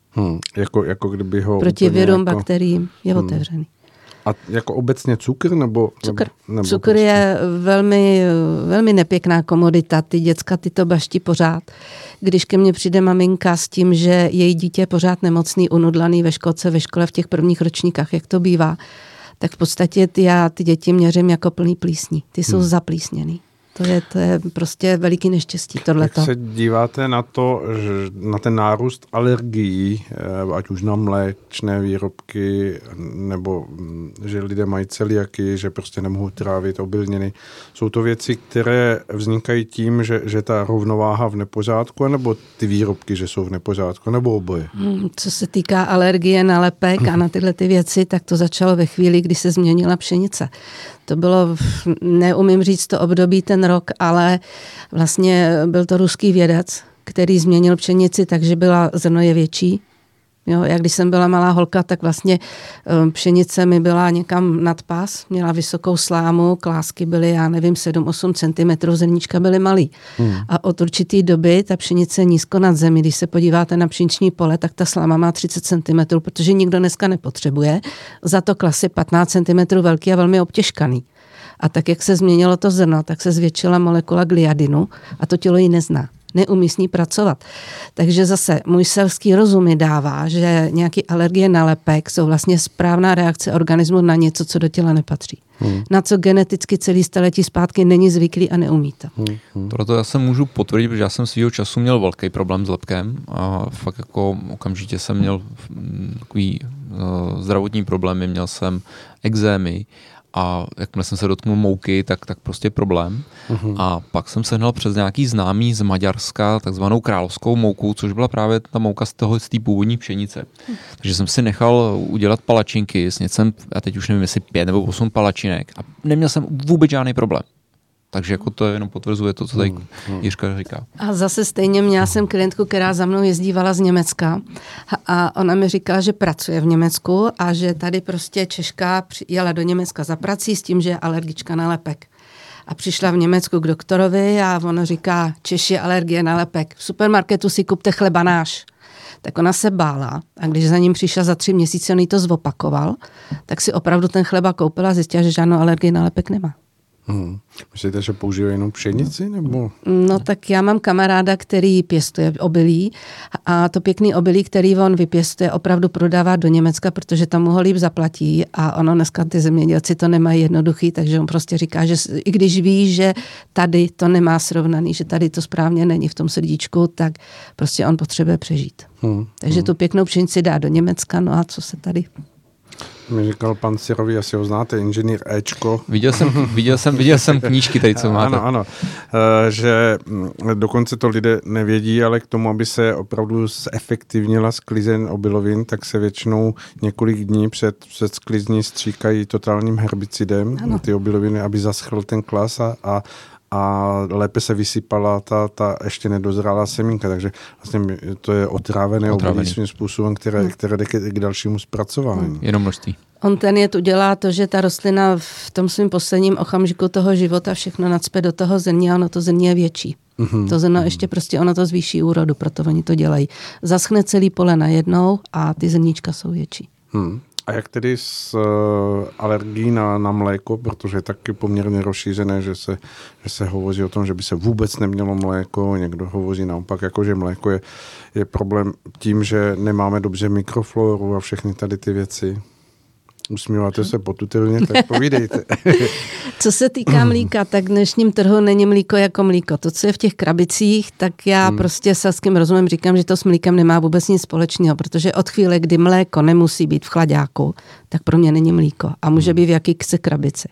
Jako kdyby ho... Proti virům, bakteriím je otevřený. A jako obecně cukr nebo... Cukr je velmi, velmi nepěkná komodita. Ty děcka ty to baští pořád. Když ke mně přijde maminka s tím, že její dítě je pořád nemocný, unudlaný ve školce, ve škole v těch prvních ročníkách, jak to bývá, tak v podstatě já ty děti měřím jako plný plísní. Ty jsou zaplísněný. To je prostě veliký neštěstí tohleto. Jak se díváte na to, na ten nárůst alergií, ať už na mléčné výrobky, nebo že lidé mají celiaky, že prostě nemohou trávit obilniny. Jsou to věci, které vznikají tím, že ta rovnováha v nepořádku, nebo ty výrobky, že jsou v nepořádku, nebo oboje? Co se týká alergie na lepek a na tyhle ty věci, tak to začalo ve chvíli, kdy se změnila pšenice. To bylo, neumím říct to období ten rok, ale vlastně byl to ruský vědec, který změnil pšenici, takže byla zrno je větší. Jo, jak když jsem byla malá holka, tak vlastně pšenice mi byla někam nad pás, měla vysokou slámu, klásky byly, já nevím, 7-8 cm, zrníčka byly malý. A od určitý doby ta pšenice nízko nad zemi, když se podíváte na pšeniční pole, tak ta sláma má 30 cm, protože nikdo dneska nepotřebuje. Za to klasy 15 cm velký a velmi obtěžkaný. A tak, jak se změnilo to zrno, tak se zvětšila molekula gliadinu a to tělo ji nezná. Neumí s ní pracovat. Takže zase můj selský rozum mi dává, že nějaké alergie na lepek jsou vlastně správná reakce organismu na něco, co do těla nepatří. Na co geneticky celý staletí zpátky není zvyklý a neumí to. Proto já se můžu potvrdit, protože já jsem svýho času měl velký problém s lepkem a fakt jako okamžitě jsem měl takový zdravotní problémy, měl jsem ekzémy. A jakmile jsem se dotknul mouky, tak prostě problém. A pak jsem sehnal přes nějaký známý z Maďarska takzvanou královskou mouku, což byla právě ta mouka z té původní pšenice. Takže jsem si nechal udělat palačinky, snědl jsem, a teď už nevím, jestli 5 nebo 8 palačinek a neměl jsem vůbec žádný problém. Takže jako to jenom potvrzuje to, co tady Jiřka říká. A zase stejně měla jsem klientku, která za mnou jezdívala z Německa a ona mi říkala, že pracuje v Německu a že tady prostě Češka jela do Německa za prací s tím, že je alergička na lepek. A přišla v Německu k doktorovi a on říká, Češi alergie na lepek. V supermarketu si kupte chleba náš. Tak ona se bála a když za ním přišla za 3 měsíce, on jí to zopakoval, tak si opravdu ten chleba koupila a zjistila, že žádnou alergii na lepek nemá. Myslíte, že používají jenom pšenici? Nebo? No tak já mám kamaráda, který pěstuje obilí a to pěkný obilí, který on vypěstuje, opravdu prodává do Německa, protože tam mu ho líp zaplatí a ono dneska ty zemědělci to nemají jednoduchý, takže on prostě říká, že i když ví, že tady to nemá srovnaný, že tady to správně není v tom srdíčku, tak prostě on potřebuje přežít. Takže tu pěknou pšenici dá do Německa, no a co se tady... Mi říkal pan Sirový, asi ho znáte, inženýr Ečko. Viděl jsem knížky tady, co máte. Ano, že dokonce to lidé nevědí, ale k tomu, aby se opravdu zefektivnila sklizeň obilovin, tak se většinou několik dní před sklizní stříkají totálním herbicidem ty obiloviny, aby zaschl ten klas a lépe se vysypala ta ještě nedozrálá semínka, takže vlastně to je otrávené obilí svým způsobem, které jde k dalšímu zpracování. Jenom množství. On ten jed udělá to, že ta rostlina v tom svým posledním okamžiku toho života všechno nacpe do toho zrní a ono to zrní je větší. To zrno ještě prostě ono to zvýší úrodu, proto oni to dělají. Zaschne celý pole najednou a ty zrníčka jsou větší. A jak tedy s alergií na mléko, protože je taky poměrně rozšířené, že se hovoří o tom, že by se vůbec nemělo mléko, někdo hovoří naopak, jako že mléko je problém tím, že nemáme dobře mikrofloru a všechny tady ty věci. Usmíváte se potutelně, tak povídejte. Co se týká mlíka, tak v dnešním trhu není mlíko jako mlíko. To, co je v těch krabicích, tak já prostě selským rozumem říkám, že to s mlíkem nemá vůbec nic společného, protože od chvíle, kdy mléko nemusí být v chlaďáku, tak pro mě není mlíko a může být v jakýkse krabici.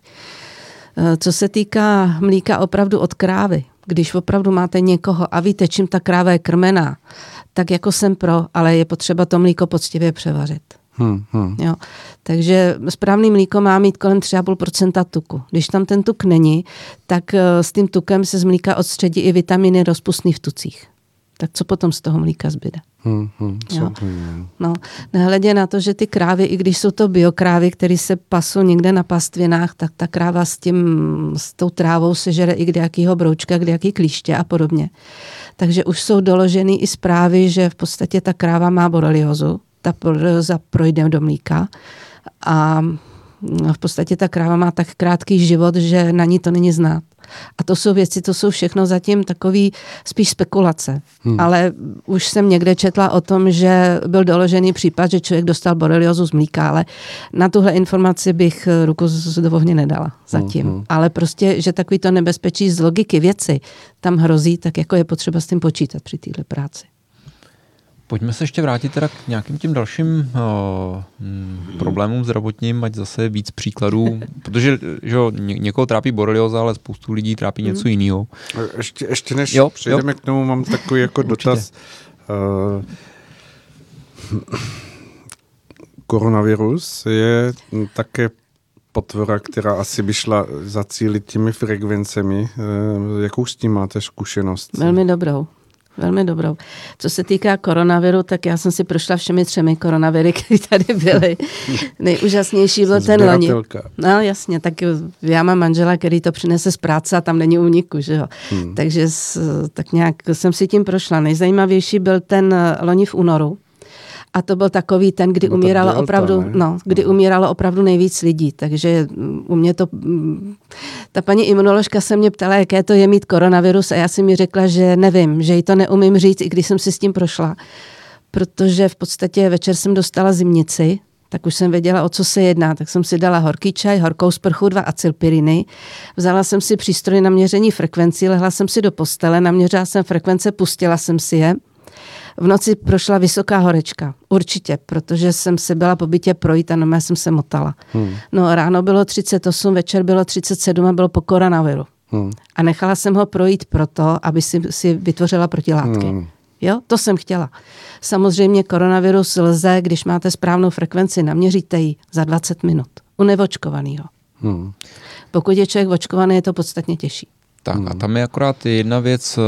Co se týká mlíka opravdu od krávy, když opravdu máte někoho a víte, čím ta kráva je krmená, tak jako jsem pro, ale je potřeba to mlíko poctivě převařit. Jo. Takže správný mlíko má mít kolem 3,5% tuku. Když tam ten tuk není, tak s tím tukem se z mlíka odstředí i vitaminy rozpustný v tucích. Tak co potom z toho mlíka zbyde? No, nehledě na to, že ty krávy, i když jsou to biokrávy, které se pasou někde na pastvinách, tak ta kráva s tou trávou sežere i kdejakýho broučka, kdejaký klíště a podobně. Takže už jsou doloženy i zprávy, že v podstatě ta kráva má boreliozu. Ta borelioza projde do mlíka a v podstatě ta kráva má tak krátký život, že na ní to není znát. A to jsou věci, to jsou všechno zatím takový spíš spekulace. Ale už jsem někde četla o tom, že byl doložený případ, že člověk dostal boreliozu z mlíka, ale na tuhle informaci bych ruku do ohně nedala zatím. Ale prostě, že takový to nebezpečí z logiky věci tam hrozí, tak jako je potřeba s tím počítat při této práci. Pojďme se ještě vrátit teda k nějakým těm dalším problémům zdravotním, ať zase víc příkladů, protože že někoho trápí borelioza, ale spoustu lidí trápí něco jiného. Ještě než přejdeme k tomu, mám takový jako dotaz. Koronavirus je také potvora, která asi by šla zacílit těmi frekvencemi. Jakou s tím máte zkušenost? Velmi dobrou. Co se týká koronaviru, tak já jsem si prošla všemi 3 koronaviry, které tady byly. Nejúžasnější byl ten loni. No jasně, tak já mám manžela, který to přinese z práce a tam není úniku, že jo. Takže tak nějak jsem si tím prošla. Nejzajímavější byl ten loni v únoru. A to byl takový ten, kdy umíralo opravdu nejvíc lidí. Takže u mě to... Ta paní imunoložka se mě ptala, jaké to je mít koronavirus a já si mi řekla, že nevím, že jí to neumím říct, i když jsem si s tím prošla. Protože v podstatě večer jsem dostala zimnici, tak už jsem věděla, o co se jedná. Tak jsem si dala horký čaj, horkou sprchu, 2 acylpiriny. Vzala jsem si přístroj na měření frekvencí, lehla jsem si do postele, naměřila jsem frekvence, pustila jsem si je. V noci prošla vysoká horečka. Určitě, protože jsem se byla po bytě projít a normálně jsem se motala. No ráno bylo 38, večer bylo 37 a bylo po koronaviru. A nechala jsem ho projít proto, aby si vytvořila protilátky. Jo, to jsem chtěla. Samozřejmě koronavirus lze, když máte správnou frekvenci, naměříte ji za 20 minut. U nevočkovaného. Pokud je člověk očkovaný, je to podstatně těžší. Tak a tam je akorát jedna věc...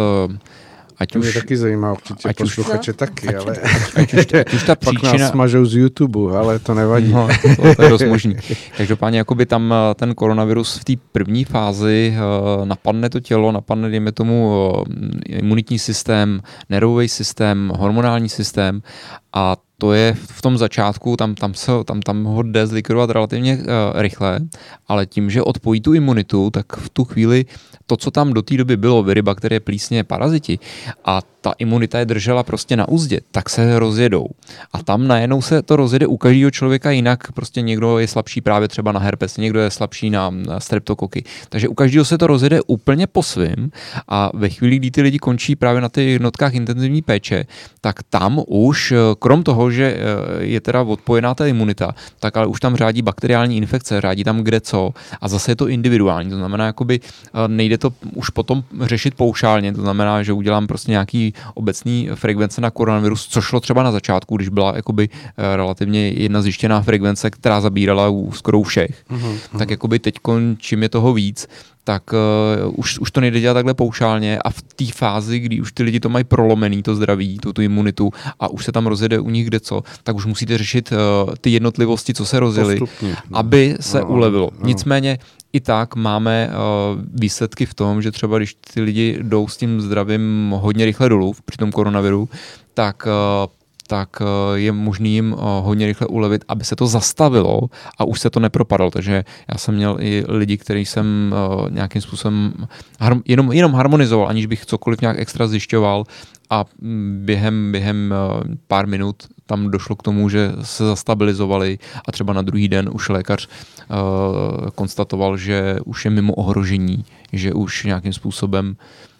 To mě taky zajímá určitě posluchače taky, ale ať už ta pak nás smažou z YouTube, ale to nevadí. No, to je dost možný. Každopádně jakoby tam ten koronavirus v té první fázi napadne to tělo, napadne, dejme tomu, imunitní systém, nervový systém, hormonální systém a to je v tom začátku, tam ho jde zlikvidovat relativně rychle, ale tím, že odpojí tu imunitu, tak v tu chvíli to, co tam do té doby bylo, viry, bakterie, plísně, paraziti, a ta imunita je držela prostě na uzdě, tak se rozjedou. A tam najednou se to rozjede u každého člověka jinak, prostě někdo je slabší právě třeba na herpes, někdo je slabší na streptokoky. Takže u každého se to rozjede úplně po svým a ve chvíli, kdy ty lidi končí právě na těch jednotkách intenzivní péče, tak tam už, krom toho, že je teda odpojená ta imunita, tak ale už tam řádí bakteriální infekce, řádí tam kde co a zase je to individuální, to znamená, jakoby nejde to už potom řešit paušálně, to znamená, že udělám prostě nějaký obecný frekvence na koronavirus, co šlo třeba na začátku, když byla jakoby relativně jedna zjištěná frekvence, která zabírala skoro u všech. Tak jakoby teď, čím je toho víc, tak už to nejde dělat takhle paušálně a v té fázi, kdy už ty lidi to mají prolomený, to zdraví, tu imunitu a už se tam rozjede u nich kdeco, tak už musíte řešit ty jednotlivosti, co se rozjeli, aby se ulevilo. Nicméně i tak máme výsledky v tom, že třeba když ty lidi jdou s tím zdravím hodně rychle dolů při tom koronaviru, tak je možný jim hodně rychle ulevit, aby se to zastavilo a už se to nepropadalo. Takže já jsem měl i lidi, který jsem nějakým způsobem jenom harmonizoval, aniž bych cokoliv nějak extra zjišťoval a během pár minut tam došlo k tomu, že se zastabilizovali a třeba na druhý den už lékař konstatoval, že už je mimo ohrožení, že už nějakým způsobem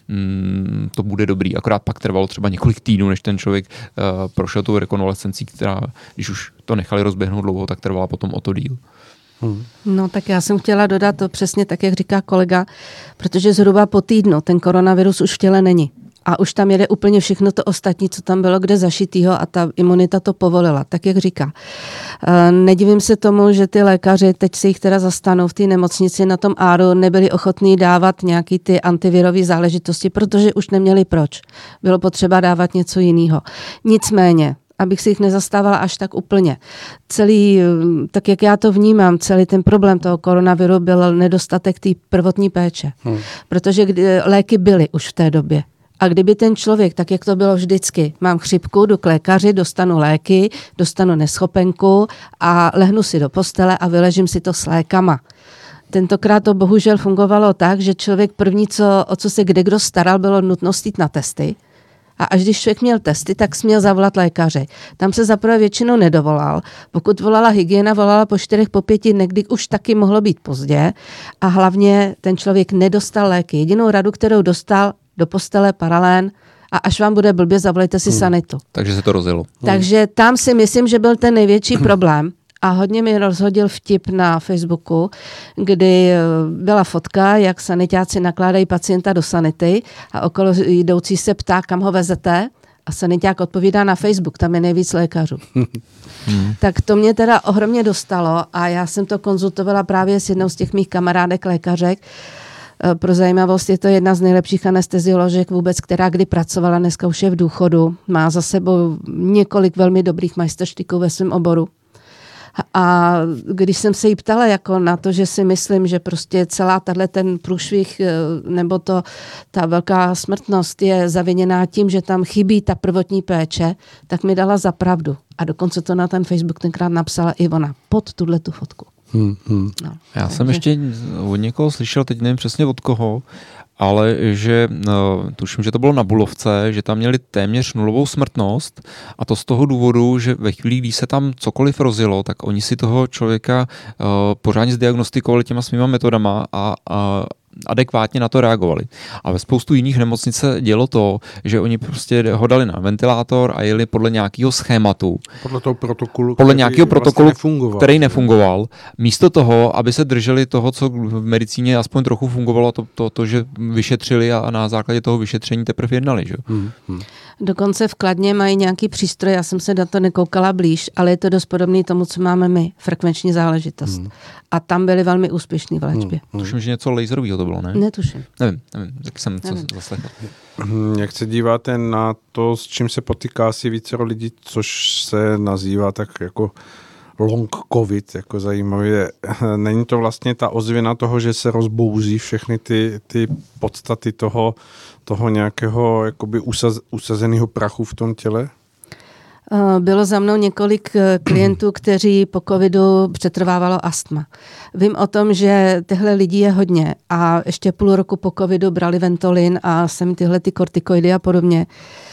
to bude dobrý. Akorát pak trvalo třeba několik týdnů, než ten člověk prošel tou rekonvalescencí, která, když už to nechali rozběhnout dlouho, tak trvala potom o to díl. No tak já jsem chtěla dodat to přesně tak, jak říká kolega, protože zhruba po týdnu ten koronavirus už v těle není. A už tam jede úplně všechno to ostatní, co tam bylo kde zašitýho a ta imunita to povolila, tak jak říká. Nedivím se tomu, že ty lékaři, teď se jich teda zastanou v té nemocnici na tom áru, nebyli ochotní dávat nějaký ty antivirové záležitosti, protože už neměli proč. Bylo potřeba dávat něco jiného. Nicméně, abych si jich nezastávala až tak úplně. Celý, tak jak já to vnímám, celý ten problém toho koronaviru byl nedostatek té prvotní péče. Protože léky byly už v té době. A kdyby ten člověk, tak jak to bylo vždycky, mám chřipku, jdu k lékaři, dostanu léky, dostanu neschopenku a lehnu si do postele a vyležím si to s lékama. Tentokrát to bohužel fungovalo tak, že člověk první, o co se kdekdo staral, bylo nutnost jít na testy. A až když člověk měl testy, tak směl zavolat lékaře. Tam se zaprvé většinou nedovolal. Pokud volala hygiena, volala po 4, po 5 dnech, kdy už taky mohlo být pozdě. A hlavně ten člověk nedostal léky. Jedinou radu, kterou dostal, do postele, paralén, a až vám bude blbě, zavolejte si sanitu. Takže se to rozjelo. Takže tam si myslím, že byl ten největší problém. A hodně mi rozhodil vtip na Facebooku, kdy byla fotka, jak sanitáci nakládají pacienta do sanity a okolo jdoucí se ptá, kam ho vezete. A saniták odpovídá na Facebook, tam je nejvíc lékařů. Tak to mě teda ohromně dostalo a já jsem to konzultovala právě s jednou z těch mých kamarádek lékařek. Pro zajímavost je to jedna z nejlepších anestezioložek vůbec, která kdy pracovala, dneska už je v důchodu. Má za sebou několik velmi dobrých majstrštyků ve svém oboru. A když jsem se jí ptala jako na to, že si myslím, že prostě celá ten průšvih nebo ta velká smrtnost je zaviněná tím, že tam chybí ta prvotní péče, tak mi dala za pravdu. A dokonce to na ten Facebook tenkrát napsala i ona pod tu fotku. No, já jsem ještě od někoho slyšel, teď nevím přesně od koho, ale že tuším, že to bylo na Bulovce, že tam měli téměř nulovou smrtnost a to z toho důvodu, že ve chvíli, kdy se tam cokoliv rozjelo, tak oni si toho člověka pořádně zdiagnostikovali těma svýma metodama a adekvátně na to reagovali. A ve spoustu jiných nemocnic se dělo to, že oni prostě ho dali na ventilátor a jeli podle nějakého schématu. Podle toho protokolu, který nefungoval. Místo toho, aby se drželi toho, co v medicíně aspoň trochu fungovalo, to že vyšetřili a na základě toho vyšetření teprve jednali. Že? Dokonce v Kladně mají nějaký přístroj, já jsem se na to nekoukala blíž, ale je to dost podobný tomu, co máme my, frekvenční záležitost. A tam byli velmi úspěšní v léčbě. Tuším, že něco laserového to bylo, ne? Netuším. Nevím, tak jsem co zaslechl. Jak se díváte na to, s čím se potýká asi vícero lidí, což se nazývá tak jako long covid, jako zajímavě. Není to vlastně ta ozvěna toho, že se rozbouzí všechny ty podstaty toho nějakého jakoby usazeného prachu v tom těle? Bylo za mnou několik klientů, kteří po covidu přetrvávalo astma. Vím o tom, že těchto lidí je hodně a ještě půl roku po covidu brali Ventolin a sem tyhle ty kortikoidy a podobně.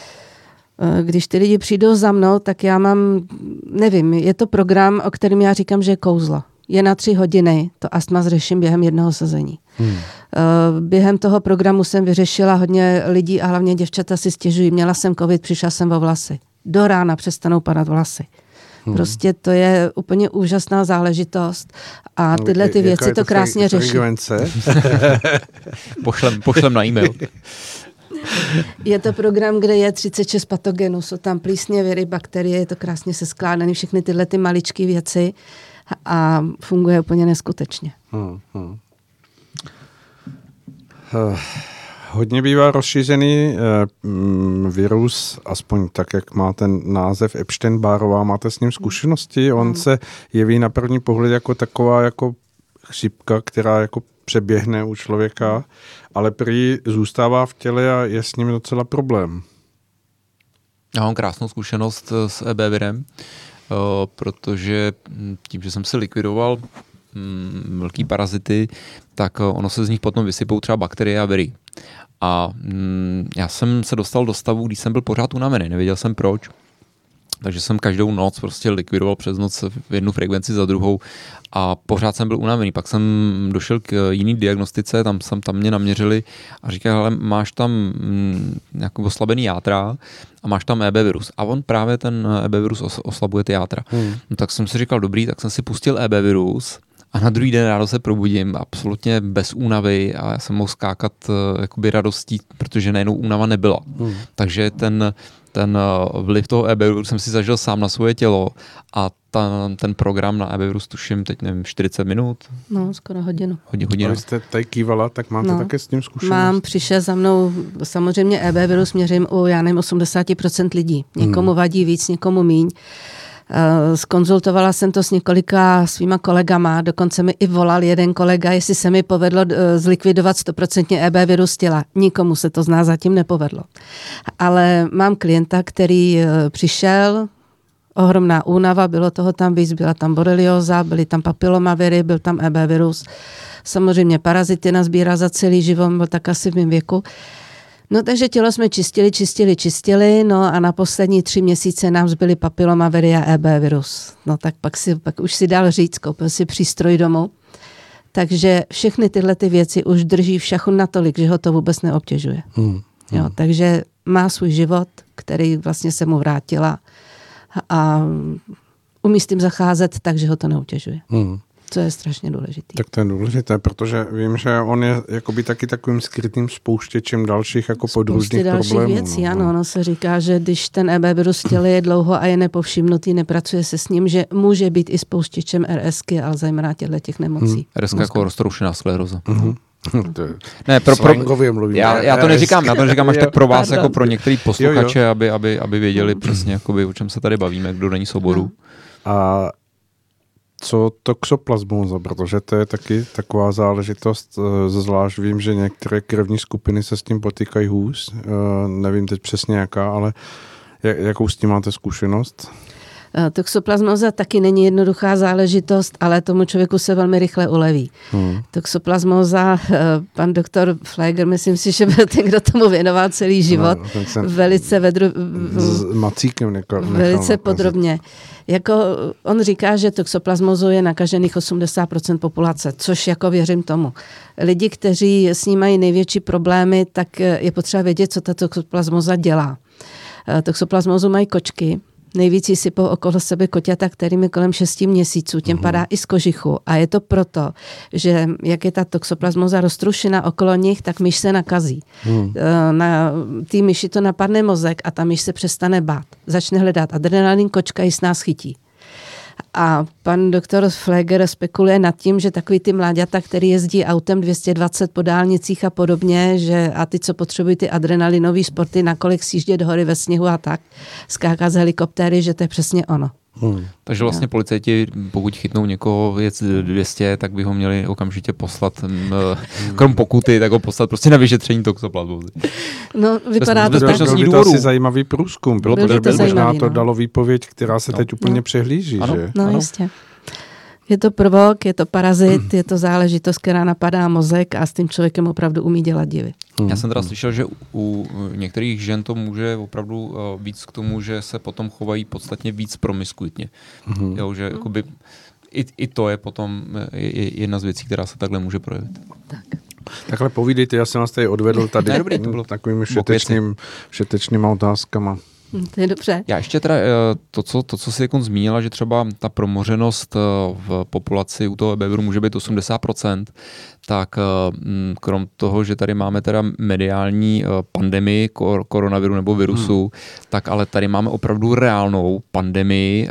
Když ty lidi přijdou za mnou, tak já mám, nevím, je to program, o kterém já říkám, že je kouzlo. Je na 3 hodiny, to astma zřeším během jednoho sezení. Během toho programu jsem vyřešila hodně lidí a hlavně děvčata si stěžují. Měla jsem covid, přišla jsem o vlasy. Do rána přestanou padat vlasy. Prostě to je úplně úžasná záležitost a tyhle ty věci to krásně řeší. Pošlem na e-mail. Je to program, kde je 36 patogenů, jsou tam plísně, bakterie, je to krásně seskládané, všechny tyhle ty maličké věci a funguje úplně neskutečně. Hodně bývá rozšířený virus, aspoň tak, jak má ten název Epstein-Barrová, máte s ním zkušenosti? On se jeví na první pohled jako taková jako chřipka, která jako přeběhne u člověka, ale prý zůstává v těle a je s ním docela problém. Já mám krásnou zkušenost s EB-virem, protože tím, že jsem si likvidoval velký parazity, tak ono se z nich potom vysypou třeba bakterie a viry. A já jsem se dostal do stavu, když jsem byl pořád unavený, nevěděl jsem proč. Takže jsem každou noc prostě likvidoval přes noc v jednu frekvenci za druhou a pořád jsem byl unavený. Pak jsem došel k jiný diagnostice, tam mě naměřili a říkali, hele, máš tam nějakou oslabený játra a máš tam EB virus. A on právě ten EB virus oslabuje ty játra. No, tak jsem si říkal, dobrý, tak jsem si pustil EB virus A na druhý den ráno se probudím absolutně bez únavy a já jsem mohl skákat jakoby radostí, protože najednou únava nebyla. Takže ten vliv toho e-behavioru jsem si zažil sám na svoje tělo a ten program na e-behavioru tuším teď nevím, 40 minut. No, skoro hodinu. Hodinu. Když jste tady kývala, tak máte také s tím zkušenost? Přišel za mnou, samozřejmě e-behavioru směřím u, 80% lidí. Někomu vadí víc, někomu míň. Skonzultovala jsem to s několika svýma kolegama, dokonce mi i volal jeden kolega, jestli se mi povedlo zlikvidovat 100% e-virus z těla. Nikomu se to z nás zatím nepovedlo. Ale mám klienta, který přišel, ohromná únava, bylo toho tam víc, byla tam borelioza, byly tam papilomaviry, byl tam e-virus. Samozřejmě parazity nazbíral za celý život, byl tak asi v mém věku. No takže tělo jsme čistili, no a na poslední 3 měsíce nám zbyly papilomaviry a e-virus. No tak pak už si dal říct, koupil si přístroj domů. Takže všechny tyhle ty věci už drží v šachu natolik, že ho to vůbec neobtěžuje. Jo, takže má svůj život, který vlastně se mu vrátila a umí s tím zacházet tak, že ho to neobtěžuje. Co je strašně důležitý. Tak to je důležité, protože vím, že on je jakoby taky takovým skrytým spouštěčem dalších jako podružných problémů. Věcí, ano, ono se říká, že když ten e-virus v těle je dlouho a je nepovšimnutý, nepracuje se s ním, že může být i spouštěčem RSky, Alzheimera, těch nemocí. RSky jako roztroušená skleróza. Ne, já to neříkám až tak pro vás, jako pro některý posluchače, aby věděli přesně, jakoby, o čem se tady bavíme, kdo není z oboru. A co toxoplasmóza, protože to je taky taková záležitost, zvlášť vím, že některé krevní skupiny se s tím potýkají hůř, nevím teď přesně jaká, ale jakou s tím máte zkušenost? Toxoplasmóza taky není jednoduchá záležitost, ale tomu člověku se velmi rychle uleví. Toxoplasmóza, pan doktor Fleger, myslím si, že byl ten, kdo tomu věnoval celý život. Velice s macíkem velice podrobně. Jako on říká, že toxoplasmózou je nakažených 80% populace, což jako věřím tomu. Lidi, kteří s ní mají největší problémy, tak je potřeba vědět, co ta toxoplasmóza dělá. Toxoplasmózu mají kočky. Nejvíc ji sypou okolo sebe koťata, kterým je kolem 6 měsíců, těm padá i z kožichu. A je to proto, že jak je ta toxoplasmóza roztrušena okolo nich, tak myš se nakazí. Na té myši to napadne mozek a ta myš se přestane bát. Začne hledat adrenalin, kočka ji s nás chytí. A pan doktor Fleger spekuluje nad tím, že takový ty mláďata, který jezdí autem 220 po dálnicích a podobně, že a ty, co potřebují ty adrenalinové sporty, nakolik sjíždět hory ve sněhu a tak, skákat z helikoptéry, že to je přesně ono. Takže vlastně policajti, pokud chytnou někoho jet 200, tak by ho měli okamžitě poslat, krom pokuty, tak ho poslat prostě na vyšetření toxoplasmózy. No, vypadá to tak. Byl to asi zajímavý průzkum, protože by možná to dalo výpověď, která se teď úplně přehlíží, že? No, jistě. Je to prvok, je to parazit, je to záležitost, která napadá mozek a s tím člověkem opravdu umí dělat divy. Já jsem teda slyšel, že u některých žen to může opravdu víc k tomu, že se potom chovají podstatně víc promiskuitně. Jo, že jakoby i to je potom jedna z věcí, která se takhle může projevit. Takhle povídejte, já jsem vás tady odvedl tady takovými všetečnýma otázkama. To je dobře. Já ještě teda to, co jsi jako zmínila, že třeba ta promořenost v populaci u toho e-behavioru může být 80%, tak krom toho, že tady máme teda mediální pandemii koronaviru nebo virusu, tak ale tady máme opravdu reálnou pandemii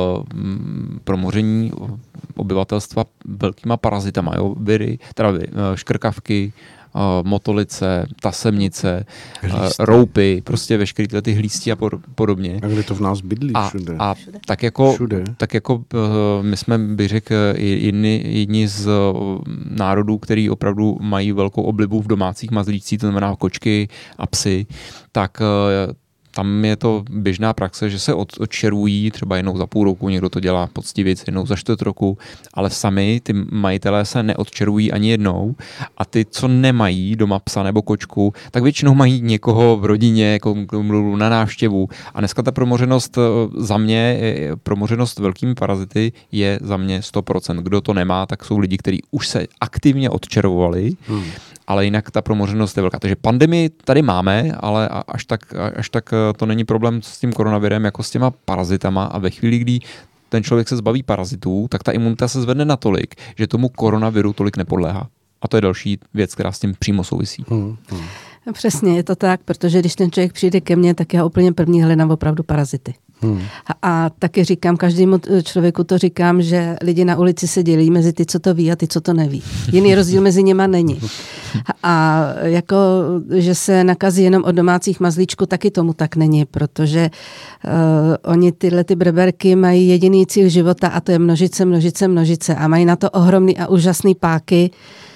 promoření obyvatelstva velkýma parazitama, jo? Viry, teda škrkavky, motolice, tasemnice, roupy, prostě veškeré ty hlísti a podobně. A kde to v nás bydlí všude? A tak jako my jsme, bych řekl, jedni z národů, který opravdu mají velkou oblibu v domácích mazlících, to znamená kočky a psy, tak tam je to běžná praxe, že se odčerují třeba jednou za půl roku, někdo to dělá poctivěc, jednou za 4 roku, ale sami ty majitelé se neodčerují ani jednou a ty, co nemají doma psa nebo kočku, tak většinou mají někoho v rodině jako na návštěvu a dneska ta promořenost za mě, promořenost velkými parazity je za mě 100%. Kdo to nemá, tak jsou lidi, kteří už se aktivně odčerovali, ale jinak ta promořenost je velká. Takže pandemii tady máme, ale až tak to není problém s tím koronavirem jako s těma parazitama a ve chvíli, kdy ten člověk se zbaví parazitů, tak ta imunita se zvedne natolik, že tomu koronaviru tolik nepodléhá. A to je další věc, která s tím přímo souvisí. Přesně, je to tak, protože když ten člověk přijde ke mně, tak já úplně první hledám opravdu parazity. A taky říkám, každému člověku to říkám, že lidi na ulici se dělí mezi ty, co to ví a ty, co to neví. Jiný rozdíl mezi nima není. A jako, že se nakazí jenom od domácích mazlíčků, taky tomu tak není, protože oni tyhle ty breberky mají jediný cíl života a to je množice a mají na to ohromný a úžasný páky.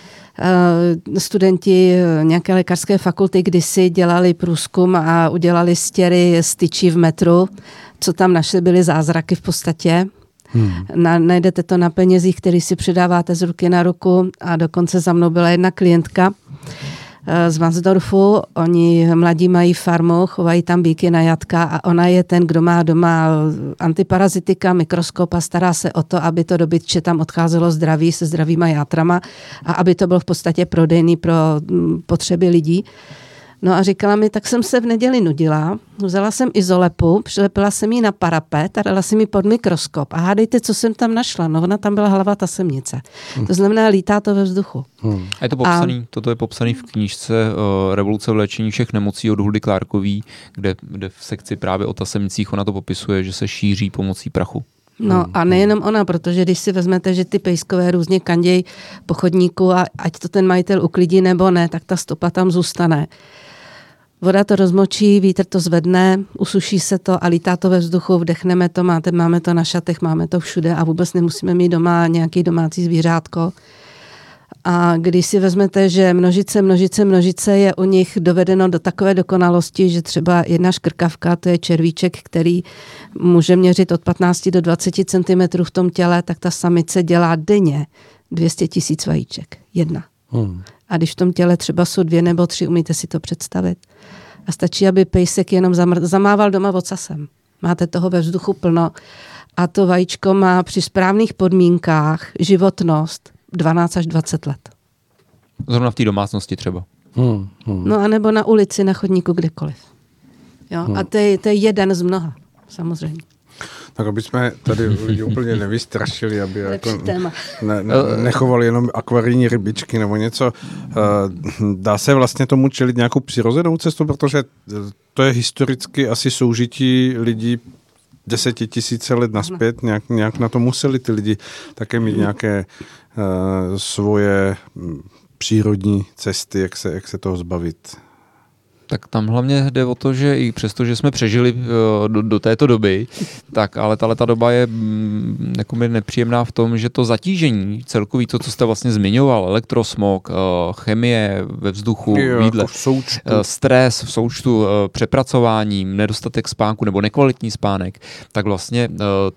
Studenti nějaké lékařské fakulty kdysi dělali průzkum a udělali stěry styčí v metru, co tam našli, byly zázraky v podstatě. Najdete to na penězích, který si předáváte z ruky na ruku a dokonce za mnou byla jedna klientka z Mansdorfu. Oni mladí mají farmu, chovají tam býky na jatka a ona je ten, kdo má doma antiparazitika, mikroskop a stará se o to, aby to dobytče tam odcházelo zdraví se zdravýma játrama a aby to bylo v podstatě prodejný pro potřeby lidí. No a říkala mi, tak jsem se v neděli nudila, vzala jsem izolepu, přilepila jsem ji na parapet a dala jsem ji pod mikroskop. A hádejte, co jsem tam našla? No ona tam byla hlava tasemnice. To znamená, lítá to ve vzduchu. A je to popsaný, toto je popsaný v knížce Revoluce v léčení všech nemocí od Huldy Clarkový, kde v sekci právě o tasemnicích ona to popisuje, že se šíří pomocí prachu. No a nejenom ona, protože když si vezmete, že ty pejskové různě kandějí po chodníku a ať to ten majitel uklidí nebo ne, tak ta stopa tam zůstane. Voda to rozmočí, vítr to zvedne, usuší se to a lítá to ve vzduchu, vdechneme to, máme to na šatech, máme to všude a vůbec nemusíme mít doma nějaký domácí zvířátko. A když si vezmete, že množice je u nich dovedeno do takové dokonalosti, že třeba jedna škrkavka, to je červíček, který může měřit od 15 do 20 cm v tom těle, tak ta samice dělá denně 200 000 vajíček. Jedna. A když v tom těle třeba jsou 2 nebo 3, umíte si to představit? A stačí, aby pejsek jenom zamával doma ocasem. Máte toho ve vzduchu plno a to vajíčko má při správných podmínkách životnost 12 až 20 let. Zrovna v té domácnosti třeba. No a nebo na ulici, na chodníku, kdekoliv. Jo? A to je jeden z mnoha, samozřejmě. Tak aby jsme tady lidi úplně nevystrašili, aby jako nechovali jenom akvarijní rybičky nebo něco. Dá se vlastně tomu čelit nějakou přirozenou cestu, protože to je historicky asi soužití lidí 10 000 let naspět, nějak na to museli ty lidi také mít nějaké svoje přírodní cesty, jak se toho zbavit. Tak tam hlavně jde o to, že i přesto, že jsme přežili do této doby, tak ale ta doba je jakoby nepříjemná v tom, že to zatížení, celkový to, co jste vlastně zmiňoval, elektrosmog, chemie ve vzduchu, v jídle, stres v součtu, přepracováním, nedostatek spánku nebo nekvalitní spánek, tak vlastně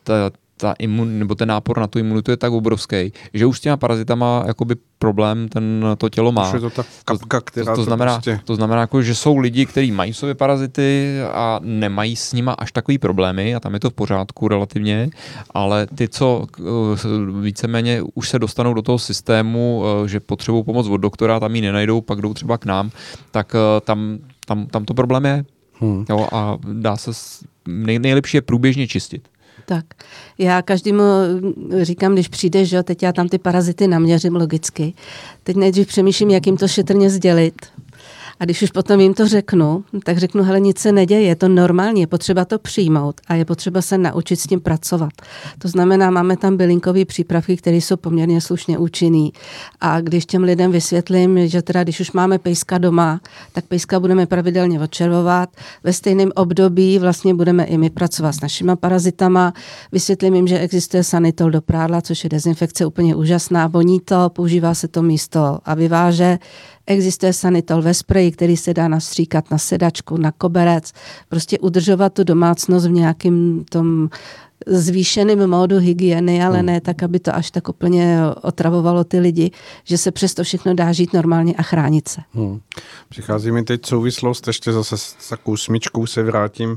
nebo ten nápor na tu imunitu je tak obrovský, že už s těma parazitama jakoby problém to tělo má. Je to ta kapka, která to znamená jako, že jsou lidi, kteří mají v sobě parazity a nemají s nima až takový problémy a tam je to v pořádku relativně, ale ty, co víceméně už se dostanou do toho systému, že potřebují pomoc od doktora, tam ji nenajdou, pak jdou třeba k nám, tak tam to problém je. Jo, a dá se nejlepší je průběžně čistit. Tak, já každému říkám, když přijdeš, že teď já tam ty parazity naměřím logicky. Teď nejdřív přemýšlím, jak jim to šetrně sdělit. A když už potom jim to řeknu, tak řeknu, hele, nic se neděje, je to normální, je potřeba to přijmout a je potřeba se naučit s tím pracovat. To znamená, máme tam bylinkové přípravky, které jsou poměrně slušně účinný. A když těm lidem vysvětlím, že teda když už máme pejska doma, tak pejska budeme pravidelně odčervovat. Ve stejném období vlastně budeme i my pracovat s našima parazitama. Vysvětlím jim, že existuje sanitol do prádla, což je dezinfekce úplně úžasná, voní to, používá se to místo a vyváže. Existuje sanitol ve spreji, který se dá nastříkat na sedačku, na koberec, prostě udržovat tu domácnost v nějakém tom zvýšeném módu hygieny, ale ne tak, aby to až tak úplně otravovalo ty lidi, že se přesto všechno dá žít normálně a chránit se. Přichází mi teď souvislost, ještě zase s takovou smyčkou se vrátím.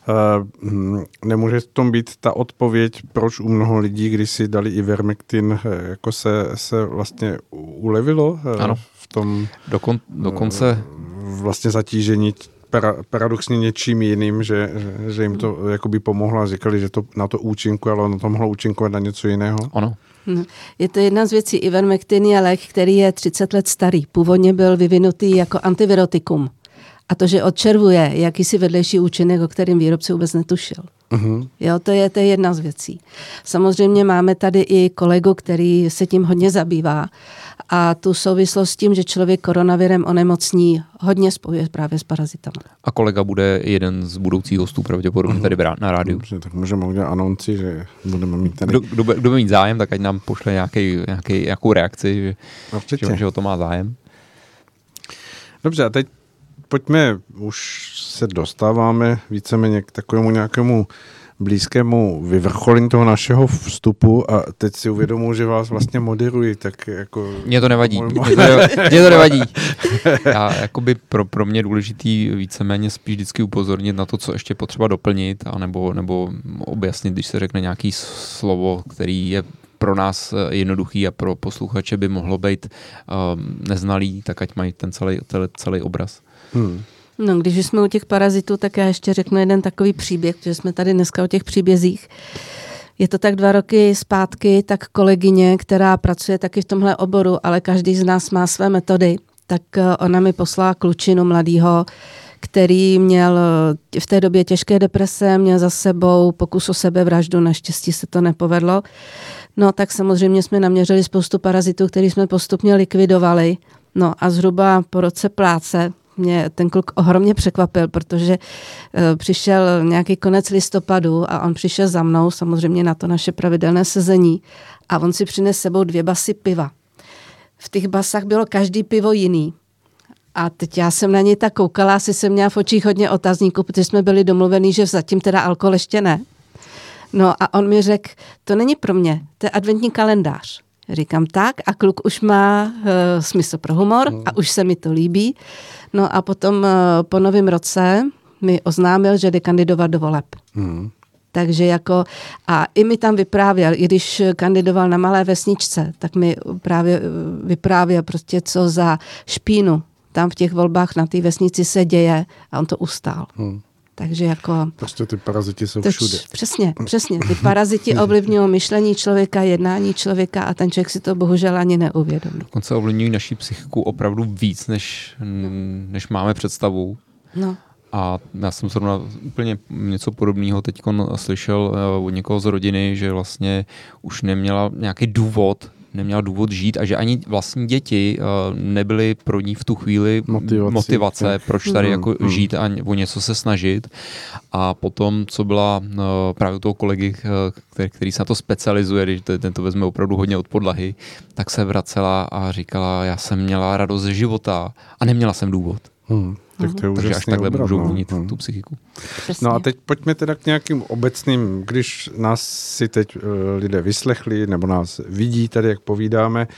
Nemůže v tom být ta odpověď, proč u mnoho lidí, když si dali Ivermectin, jako se vlastně ulevilo? Ano. V tom dokonce vlastně zatížení paradoxně něčím jiným, že jim to jakoby pomohlo a říkali, že to na to účinkuje, ale ono to mohlo účinkovat na něco jiného. Ono. Je to jedna z věcí. Ivermectin je lék, který je 30 let starý. Původně byl vyvinutý jako antivirotikum. A to, že odčervuje, jakýsi vedlejší účinek, o kterém výrobce vůbec netušil. Jo, to je jedna z věcí. Samozřejmě máme tady i kolegu, který se tím hodně zabývá a tu souvislost s tím, že člověk koronavirem onemocní, hodně spojuje právě s parazitama. A kolega bude jeden z budoucích hostů pravděpodobně tady na rádiu. Dobře, tak můžeme udělat anonci, že budeme mít tady... Kdo bude mít zájem, tak ať nám pošle nějakou reakci, že o to má zájem. Dobře, a teď pojďme, už se dostáváme víceméně k takovému nějakému blízkému vyvrcholení toho našeho vstupu a teď si uvědomuji, že vás vlastně moderuji, tak jako... Mně to nevadí. Mně to nevadí. Já, jakoby pro mě důležitý víceméně spíš vždycky upozornit na to, co ještě potřeba doplnit, nebo objasnit, když se řekne nějaký slovo, který je pro nás jednoduchý a pro posluchače by mohlo být neznalý, tak ať mají ten celý obraz. No, když jsme u těch parazitů, tak já ještě řeknu jeden takový příběh, protože jsme tady dneska o těch příbězích. Je to tak 2 roky zpátky, tak kolegyně, která pracuje taky v tomhle oboru, ale každý z nás má své metody, tak ona mi poslala klučinu mladýho, který měl v té době těžké deprese, měl za sebou pokus o sebevraždu, naštěstí se to nepovedlo. No tak samozřejmě jsme naměřili spoustu parazitů, který jsme postupně likvidovali. No a zhruba po roce práce mě ten kluk ohromně překvapil, protože přišel nějaký konec listopadu a on přišel za mnou, samozřejmě na to naše pravidelné sezení, a on si přines sebou 2 basy piva. V těch basách bylo každý pivo jiný. A teď já jsem na něj tak koukala, asi jsem měla v očích hodně otazníků, protože jsme byli domluvení, že zatím teda alkohol ještě ne. No a on mi řekl, to není pro mě, to je adventní kalendář. Říkám tak a kluk už má smysl pro humor a už se mi to líbí. No a potom po novém roce mi oznámil, že jde kandidovat do voleb. Takže jako, a i mi tam vyprávěl, i když kandidoval na malé vesničce, tak mi právě vyprávěl prostě, co za špínu tam v těch volbách na té vesnici se děje a on to ustál. Takže jako... Prostě ty paraziti jsou všude. Přesně. Ty paraziti ovlivňují myšlení člověka, jednání člověka a ten člověk si to bohužel ani neuvědomí. Dokonce ovlivňují naši psychiku opravdu víc, než máme představu. No. A já jsem zrovna úplně něco podobného teď slyšel od někoho z rodiny, že vlastně už neměla nějaký důvod žít a že ani vlastní děti nebyly pro ní v tu chvíli motivace proč tady jako žít a o něco se snažit. A potom, co byla právě u toho kolegy, který se na to specializuje, když ten to vezme opravdu hodně od podlahy, tak se vracela a říkala, já jsem měla radost ze života a neměla jsem důvod. Tak to je takže až takhle můžou měnit tu psychiku. Přesně. No a teď pojďme teda k nějakým obecným, když nás si teď lidé vyslechli, nebo nás vidí tady, jak povídáme,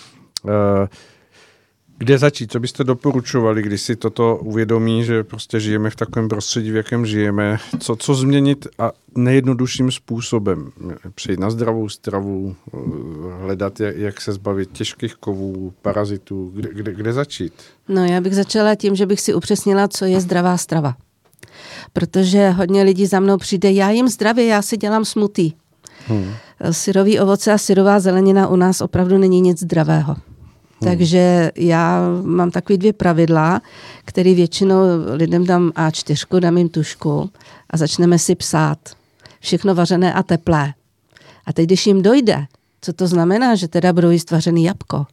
kde začít? Co byste doporučovali, když si toto uvědomí, že prostě žijeme v takovém prostředí, v jakém žijeme? Co změnit a nejjednodušším způsobem? Přejít na zdravou stravu, hledat, jak se zbavit těžkých kovů, parazitů. Kde začít? No, já bych začala tím, že bych si upřesnila, co je zdravá strava. Protože hodně lidí za mnou přijde, já jim zdravě, já si dělám smoothie. Syrový ovoce a syrová zelenina u nás opravdu není nic zdravého. Takže já mám takový 2 pravidla, které většinou lidem dám A4, dám jim tužku a začneme si psát. Všechno vařené a teplé. A teď, když jim dojde, co to znamená, že teda budou jíst vařený jabko.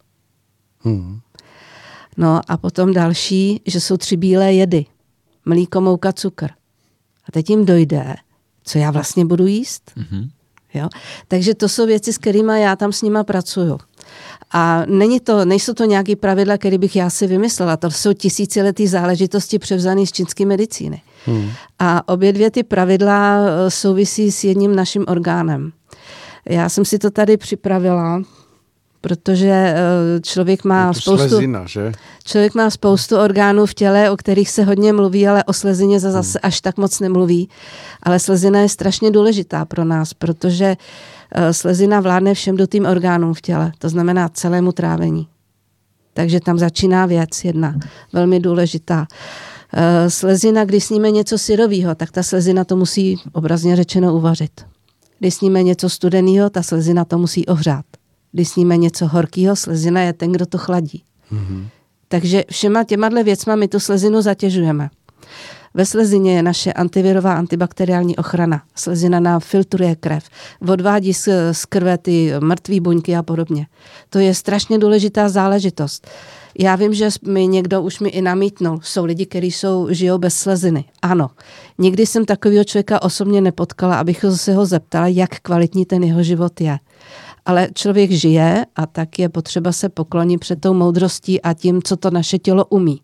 No a potom další, že jsou 3 bílé jedy. Mlíko, mouka, cukr. A teď jim dojde, co já vlastně budu jíst. Jo? Takže to jsou věci, s kterými já tam s nima pracuju. A nejsou to nějaké pravidla, které bych já si vymyslela. To jsou tisíciletý záležitosti převzané z čínské medicíny. A obě 2 ty pravidla souvisí s jedním naším orgánem. Já jsem si to tady připravila, protože člověk má spoustu orgánů v těle, o kterých se hodně mluví, ale o slezině zase až tak moc nemluví. Ale slezina je strašně důležitá pro nás, protože slezina vládne všem dutým orgánům v těle, to znamená celému trávení. Takže tam začíná věc jedna, velmi důležitá. Slezina, když sníme něco syrového, tak ta slezina to musí obrazně řečeno uvařit. Když sníme něco studeného, ta slezina to musí ohřát. Když sníme něco horkého, slezina je ten, kdo to chladí. Mm-hmm. Takže všema těma věcma my tu slezinu zatěžujeme. Ve slezině je naše antivirová antibakteriální ochrana. Slezina nám filtruje krev, odvádí z krve ty mrtvé buňky a podobně. To je strašně důležitá záležitost. Já vím, že někdo už mi i namítnul. Jsou lidi, kteří žijou bez sleziny. Ano, nikdy jsem takového člověka osobně nepotkala, abych se ho zeptala, jak kvalitní ten jeho život je. Ale člověk žije a tak je potřeba se poklonit před tou moudrostí a tím, co to naše tělo umí.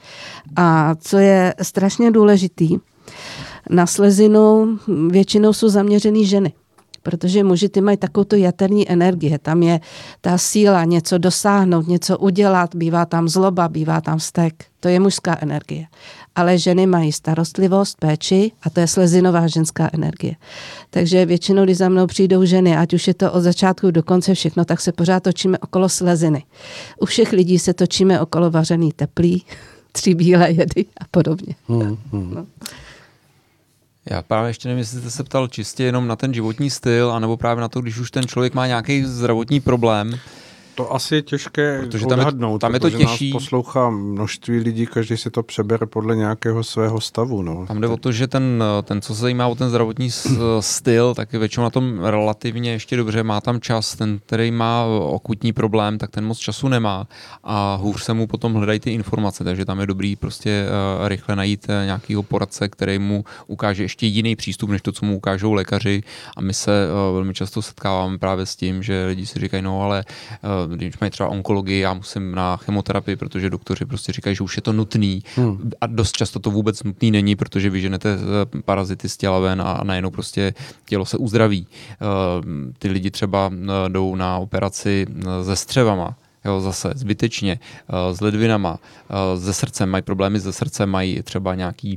A co je strašně důležitý, na slezinu většinou jsou zaměřený ženy, protože muži ty mají takovou jaterní energii, tam je ta síla něco dosáhnout, něco udělat, bývá tam zloba, bývá tam vztek, to je mužská energie. Ale ženy mají starostlivost, péči a to je slezinová ženská energie. Takže většinou, když za mnou přijdou ženy, ať už je to od začátku do konce všechno, tak se pořád točíme okolo sleziny. U všech lidí se točíme okolo vařený teplý, 3 bílé jedy a podobně. No. Já právě ještě nevím, jestli jste se ptal čistě jenom na ten životní styl, anebo právě na to, když už ten člověk má nějaký zdravotní problém. To asi je těžké odhadnout, tam je to těžší. Nás poslouchá množství lidí, každý si to přebere podle nějakého svého stavu. No. Tam jde o to, že ten, co se zajímá o ten zdravotní styl, tak je většinou na tom relativně ještě dobře, má tam čas. Ten, který má akutní problém, tak ten moc času nemá a hůř se mu potom hledají ty informace, takže tam je dobrý prostě rychle najít nějakýho poradce, který mu ukáže ještě jiný přístup, než to, co mu ukážou lékaři, a my se velmi často setkáváme právě s tím, že lidi si říkají, no ale když mají třeba onkologii, já musím na chemoterapii, protože doktoři prostě říkají, že už je to nutný a dost často to vůbec nutný není, protože vyženete parazity z těla ven a najednou prostě tělo se uzdraví. Ty lidi třeba jdou na operaci se střevama, jo, zase zbytečně, s ledvinama, se srdcem, mají problémy se srdcem, mají třeba nějaký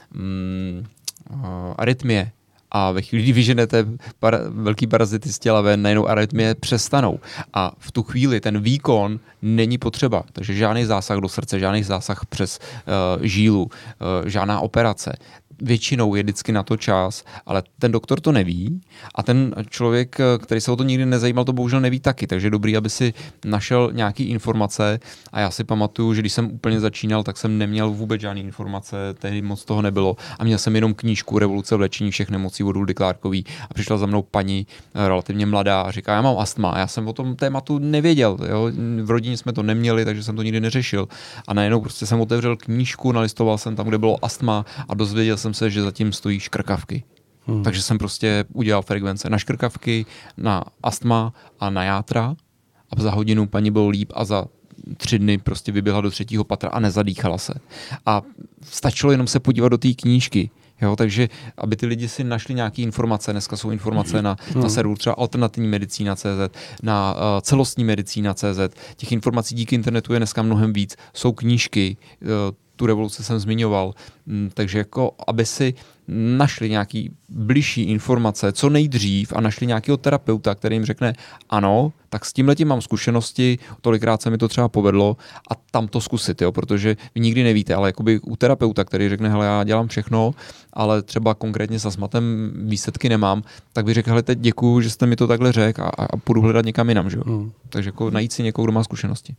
arytmie, a ve chvíli, kdy vyženete velký parazity z těla ven, najednou arytmie přestanou. A v tu chvíli ten výkon není potřeba. Takže žádný zásah do srdce, žádný zásah přes žílu, žádná operace. Většinou je vždycky na to čas, ale ten doktor to neví a ten člověk, který se o to nikdy nezajímal, to bohužel neví taky, takže je dobrý, aby si našel nějaký informace a já si pamatuju, že když jsem úplně začínal, tak jsem neměl vůbec žádné informace, tehdy moc toho nebylo a měl jsem jenom knížku Revoluce v léčení všech nemocí od Huldy Clarkový a přišla za mnou paní relativně mladá a říká, já mám astma a já jsem o tom tématu nevěděl, jo? V rodině jsme to neměli, takže jsem to nikdy neřešil a najednou prostě jsem otevřel knížku, nalistoval jsem tam, kde bylo astma a dozvěděl jsem se, že zatím stojí škrkavky. Takže jsem prostě udělal frekvence na škrkavky, na astma a na játra a za hodinu paní bylo líp a za 3 dny prostě vyběhla do 3. patra a nezadýchala se. A stačilo jenom se podívat do té knížky. Jo, takže aby ty lidi si našli nějaké informace, dneska jsou informace na serveru třeba alternativní medicína.cz, na celostní medicína.cz. Těch informací díky internetu je dneska mnohem víc. Jsou knížky, tu revoluci jsem zmiňoval, takže jako aby si našli nějaký bližší informace co nejdřív a našli nějakého terapeuta, který jim řekne ano, tak s tímhletím mám zkušenosti, tolikrát se mi to třeba povedlo a tam to zkusit, jo, protože vy nikdy nevíte, ale jakoby u terapeuta, který řekne, hele, já dělám všechno, ale třeba konkrétně s astmatem výsledky nemám, tak bych řekl, hele, teď děkuju, že jste mi to takhle řekl a půjdu hledat někam jinam, že jo. Takže jako najít si někoho, kdo má zkušenosti.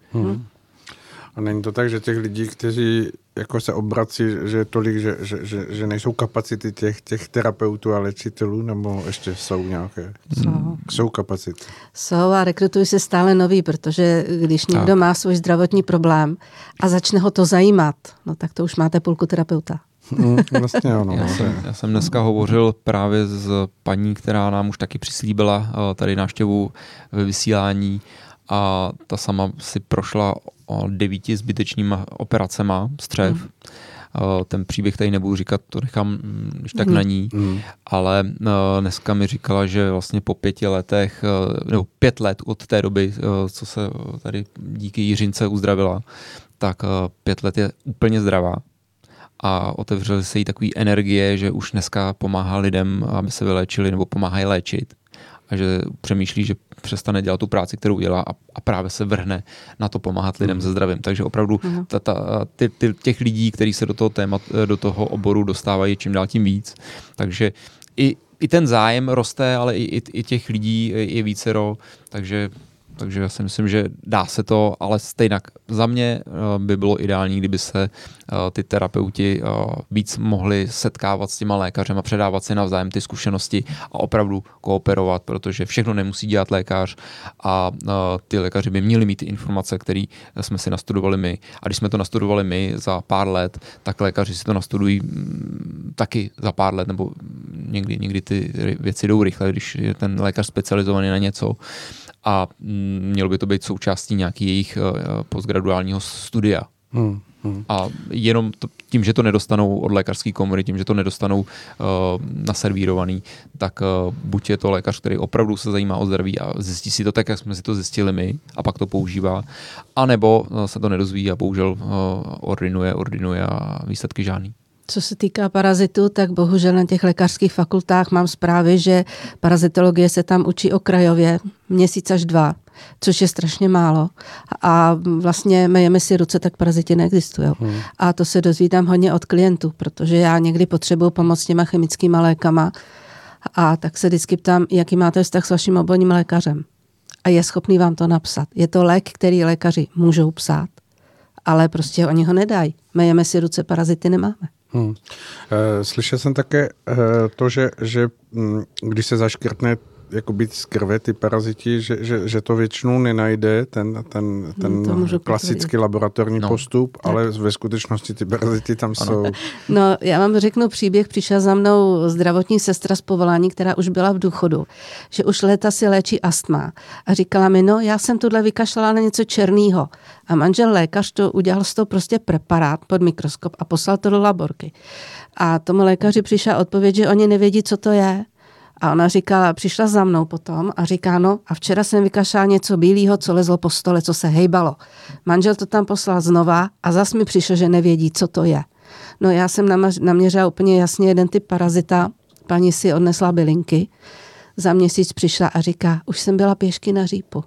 A není to tak, že těch lidí, kteří jako se obrací, že je tolik, že nejsou kapacity těch terapeutů a léčitelů, nebo ještě jsou nějaké? Jsou kapacity. Jsou a rekrutují se stále noví, protože když někdo má svůj zdravotní problém a začne ho to zajímat, no tak to už máte půlku terapeuta. Vlastně ano. Já jsem dneska hovořil právě s paní, která nám už taky přislíbila tady návštěvu ve vysílání a ta sama si prošla 9 zbytečnýma operacema střev. Ten příběh tady nebudu říkat, to nechám tak na ní, ale dneska mi říkala, že vlastně po 5 letech, nebo 5 let od té doby, co se tady díky Jiřince uzdravila, tak 5 let je úplně zdravá. A otevřely se jí takové energie, že už dneska pomáhá lidem, aby se vyléčili, nebo pomáhají léčit. a že přemýšlí, že přestane dělat tu práci, kterou dělá a právě se vrhne na to pomáhat lidem se zdravím. Takže opravdu těch lidí, kteří se do toho oboru dostávají čím dál tím víc. Takže i ten zájem roste, ale i těch lidí je vícero, takže já si myslím, že dá se to, ale stejně za mě by bylo ideální, kdyby se ty terapeuti víc mohli setkávat s těma lékařem a předávat si navzájem ty zkušenosti a opravdu kooperovat, protože všechno nemusí dělat lékař a ty lékaři by měli mít ty informace, které jsme si nastudovali my. A když jsme to nastudovali my za pár let, tak lékaři si to nastudují taky za pár let, nebo někdy ty věci jdou rychle, když je ten lékař specializovaný na něco. A mělo by to být součástí nějaký jejich postgraduálního studia. A jenom tím, že to nedostanou od lékařské komory, tím, že to nedostanou naservírovaný, tak buď je to lékař, který opravdu se zajímá o zdraví a zjistí si to tak, jak jsme si to zjistili my a pak to používá, anebo se to nedozví a bohužel ordinuje a výsledky žádný. Co se týká parazitů, tak bohužel na těch lékařských fakultách mám zprávy, že parazitologie se tam učí okrajově měsíc až 2, což je strašně málo. A vlastně myjeme si ruce, tak paraziti neexistují. A to se dozvídám hodně od klientů, protože já někdy potřebuji pomoct s těma chemickýma lékama a tak se vždycky ptám, jaký máte vztah s vaším oborným lékařem. A je schopný vám to napsat. Je to lék, který lékaři můžou psát, ale prostě oni ho nedají. Myjeme si ruce, parazity nemáme. Slyšel jsem také to, že když se zaškrtne jakoby z krve ty paraziti, že to většinou nenajde ten klasický laboratorní postup, ale ve skutečnosti ty paraziti tam jsou. No, já vám řeknu příběh. Přišla za mnou zdravotní sestra z povolání, která už byla v důchodu, že už léta si léčí astma. A říkala mi, no, já jsem tohle vykašlala na něco černýho. A manžel lékař to udělal z toho prostě preparát pod mikroskop a poslal to do laborky. A tomu lékaři přišla odpověď, že oni nevědí, co to je. A ona přišla za mnou potom a říká, no a včera jsem vykašlala něco bílého, co lezlo po stole, co se hejbalo. Manžel to tam poslal znova a zas mi přišel, že nevědí, co to je. No já jsem naměřila úplně jasně jeden typ parazita, paní si odnesla bylinky, za měsíc přišla a říká, už jsem byla pěšky na řípu.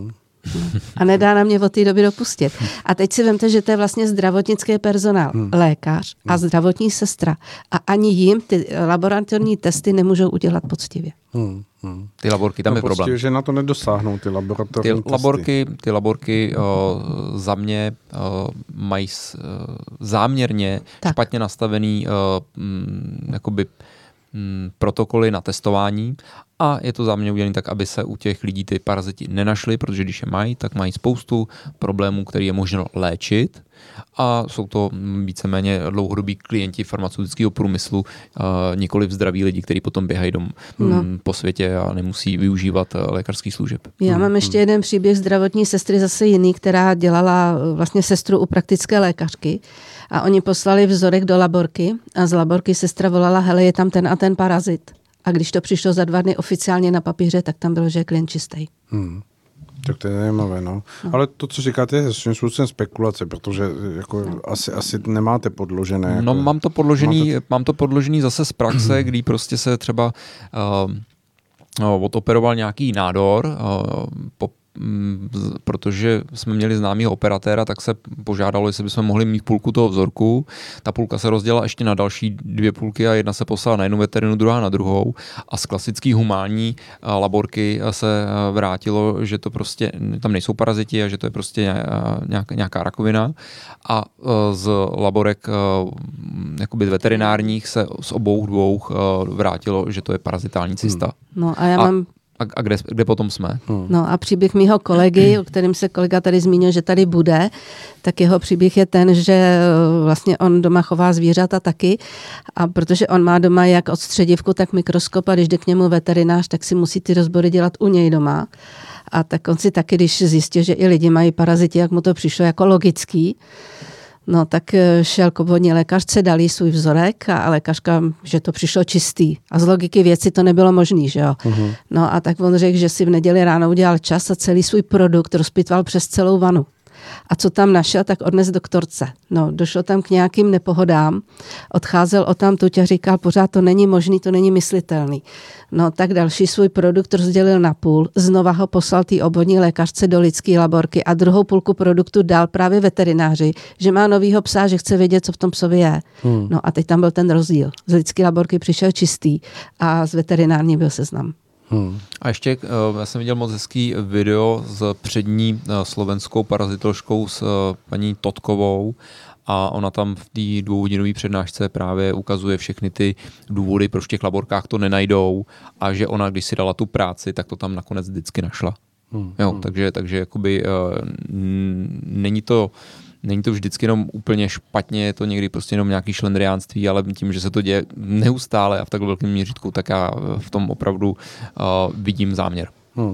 A nedá na mě od té doby dopustit. A teď si vemte, že to je vlastně zdravotnický personál, lékař a zdravotní sestra. A ani jim ty laboratorní testy nemůžou udělat poctivě. Ty laborky, tam je problém. Že na to nedosáhnou ty laboratorní testy. Ty laborky za mě mají záměrně špatně nastavený jakoby protokoly na testování a je to záměrně udělané tak, aby se u těch lidí ty paraziti nenašly, protože když je mají, tak mají spoustu problémů, které je možno léčit a jsou to víceméně dlouhodobí klienti farmaceutického průmyslu, nikoli zdraví lidi, kteří potom běhají po světě a nemusí využívat lékařských služeb. Já mám ještě jeden příběh zdravotní sestry, zase jiný, která dělala vlastně sestru u praktické lékařky. A oni poslali vzorek do laborky a z laborky sestra volala, hele, je tam ten a ten parazit. A když to přišlo za 2 dny oficiálně na papíře, tak tam bylo, že je klient čistý. Tak to je zajímavé, no. Ale to, co říkáte, je svým způsobem spekulace, protože jako asi nemáte podložené. Jako... No mám to podložený zase z praxe, kdy prostě se třeba odoperoval nějaký nádor, protože jsme měli známého operatéra, tak se požádalo, jestli bychom mohli mít půlku toho vzorku. Ta půlka se rozdělila ještě na další 2 půlky a jedna se poslala na jednu veterinu, druhá na druhou. A z klasický humánní laborky se vrátilo, že to prostě tam nejsou paraziti a že to je prostě nějaká rakovina. A z laborek jakoby veterinárních se z obou dvou vrátilo, že to je parazitální cysta. No a já mám... A kde potom jsme? No a příběh mýho kolegy, o kterém se kolega tady zmínil, že tady bude, tak jeho příběh je ten, že vlastně on doma chová zvířata taky a protože on má doma jak odstředivku, tak mikroskop a když jde k němu veterinář, tak si musí ty rozbory dělat u něj doma. A tak on si taky, když zjistil, že i lidi mají paraziti, jak mu to přišlo jako logický, no tak šel k obvodní lékařce, dal jí svůj vzorek a lékařka, že to přišlo čistý. A z logiky věci to nebylo možný, že jo. No a tak on řekl, že si v neděli ráno udělal čas a celý svůj produkt rozpitval přes celou vanu. A co tam našel, tak odnes doktorce. No, došlo tam k nějakým nepohodám, odcházel odtamtud a říkal, pořád to není možný, to není myslitelný. No, tak další svůj produkt rozdělil na půl, znova ho poslal té obvodní lékařce do lidské laborky a druhou půlku produktu dal právě veterináři, že má novýho psa, že chce vědět, co v tom psovi je. No a teď tam byl ten rozdíl. Z lidské laborky přišel čistý a z veterinární byl seznam. A ještě, já jsem viděl moc hezký video s přední slovenskou parazitoložkou s paní Totkovou a ona tam v té 2hodinové přednášce právě ukazuje všechny ty důvody, proč v těch laborkách to nenajdou a že ona, když si dala tu práci, tak to tam nakonec vždycky našla. Jo, takže jakoby není to vždycky jenom úplně špatně, je to někdy prostě jenom nějaký šlendriánství, ale tím, že se to děje neustále a v takhle velkém měřítku, tak já v tom opravdu vidím záměr.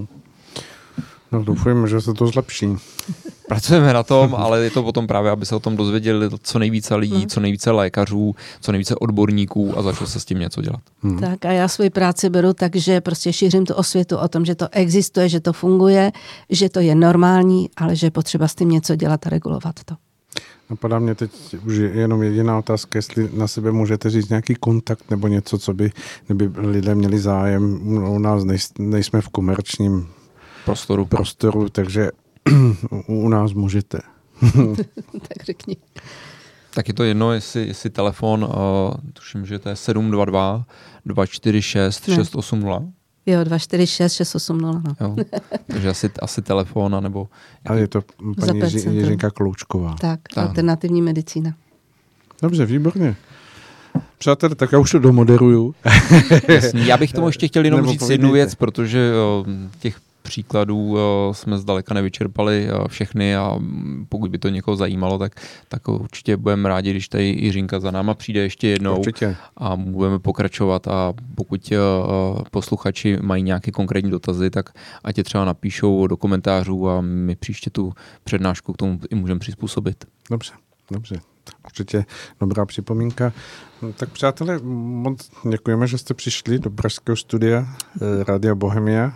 No doufujeme, že se to zlepší. Pracujeme na tom, ale je to potom právě, aby se o tom dozvěděli co nejvíce lidí, co nejvíce lékařů, co nejvíce odborníků a začalo se s tím něco dělat. Tak a já svoji práci beru tak, že prostě šířím tu osvětu o tom, že to existuje, že to funguje, že to je normální, ale že je potřeba s tím něco dělat a regulovat to. Napadá mě teď už jenom jediná otázka, jestli na sebe můžete říct nějaký kontakt nebo něco, co by lidé měli zájem. U nás nejsme v komerčním prostoru, takže u nás můžete. Tak řekni. Tak je to jedno, jestli telefon, tuším, že to je 722 246 680. Jo, 246 680. No. Jo, takže asi telefon, anebo... Ale je to paní Jiřinka Kloučková. Tak, alternativní medicína. Dobře, výborně. Přátelé, tak já už to domoderuju. Jasně, já bych tomu ještě chtěl jenom říct jednu věc, protože těch příkladů jsme zdaleka nevyčerpali všechny a pokud by to někoho zajímalo, tak určitě budeme rádi, když tady Jiřinka za náma přijde ještě jednou. Určitě. A budeme pokračovat a pokud posluchači mají nějaké konkrétní dotazy, tak ať je třeba napíšou do komentářů a my příště tu přednášku k tomu i můžeme přizpůsobit. Dobře. Určitě dobrá připomínka. Tak přátelé, moc děkujeme, že jste přišli do pražského studia Rádia Bohemia.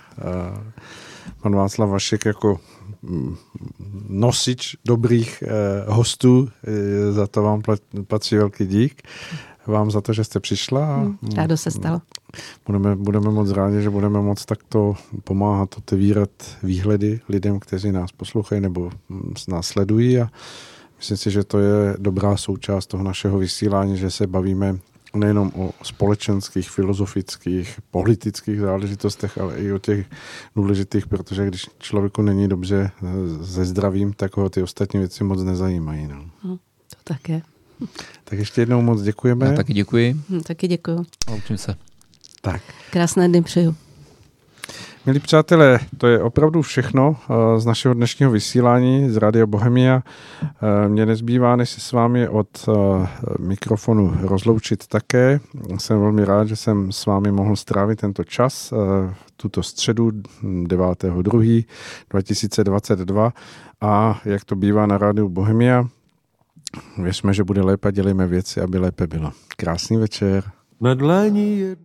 Pan Václav Vašek jako nosič dobrých hostů, za to vám patří velký dík. Vám za to, že jste přišla. Rádo se stalo. Budeme moc rádi, že budeme moc takto pomáhat otevírat výhledy lidem, kteří nás poslouchají nebo nás sledují a myslím si, že to je dobrá součást toho našeho vysílání, že se bavíme nejenom o společenských, filozofických, politických záležitostech, ale i o těch důležitých, protože když člověku není dobře se zdravím, tak ho ty ostatní věci moc nezajímají. No. To tak je. Tak ještě jednou moc děkujeme. Já taky děkuji. Taky děkuju. A učím se. Tak. Krásné dny přeju. Milí přátelé, to je opravdu všechno z našeho dnešního vysílání z Rádia Bohemia. Mně nezbývá, než se s vámi od mikrofonu rozloučit také. Jsem velmi rád, že jsem s vámi mohl strávit tento čas, tuto středu 9.2.2022 a jak to bývá na Rádiu Bohemia, věřme, že bude lépe, dělejme věci, aby lépe bylo. Krásný večer. Na dlani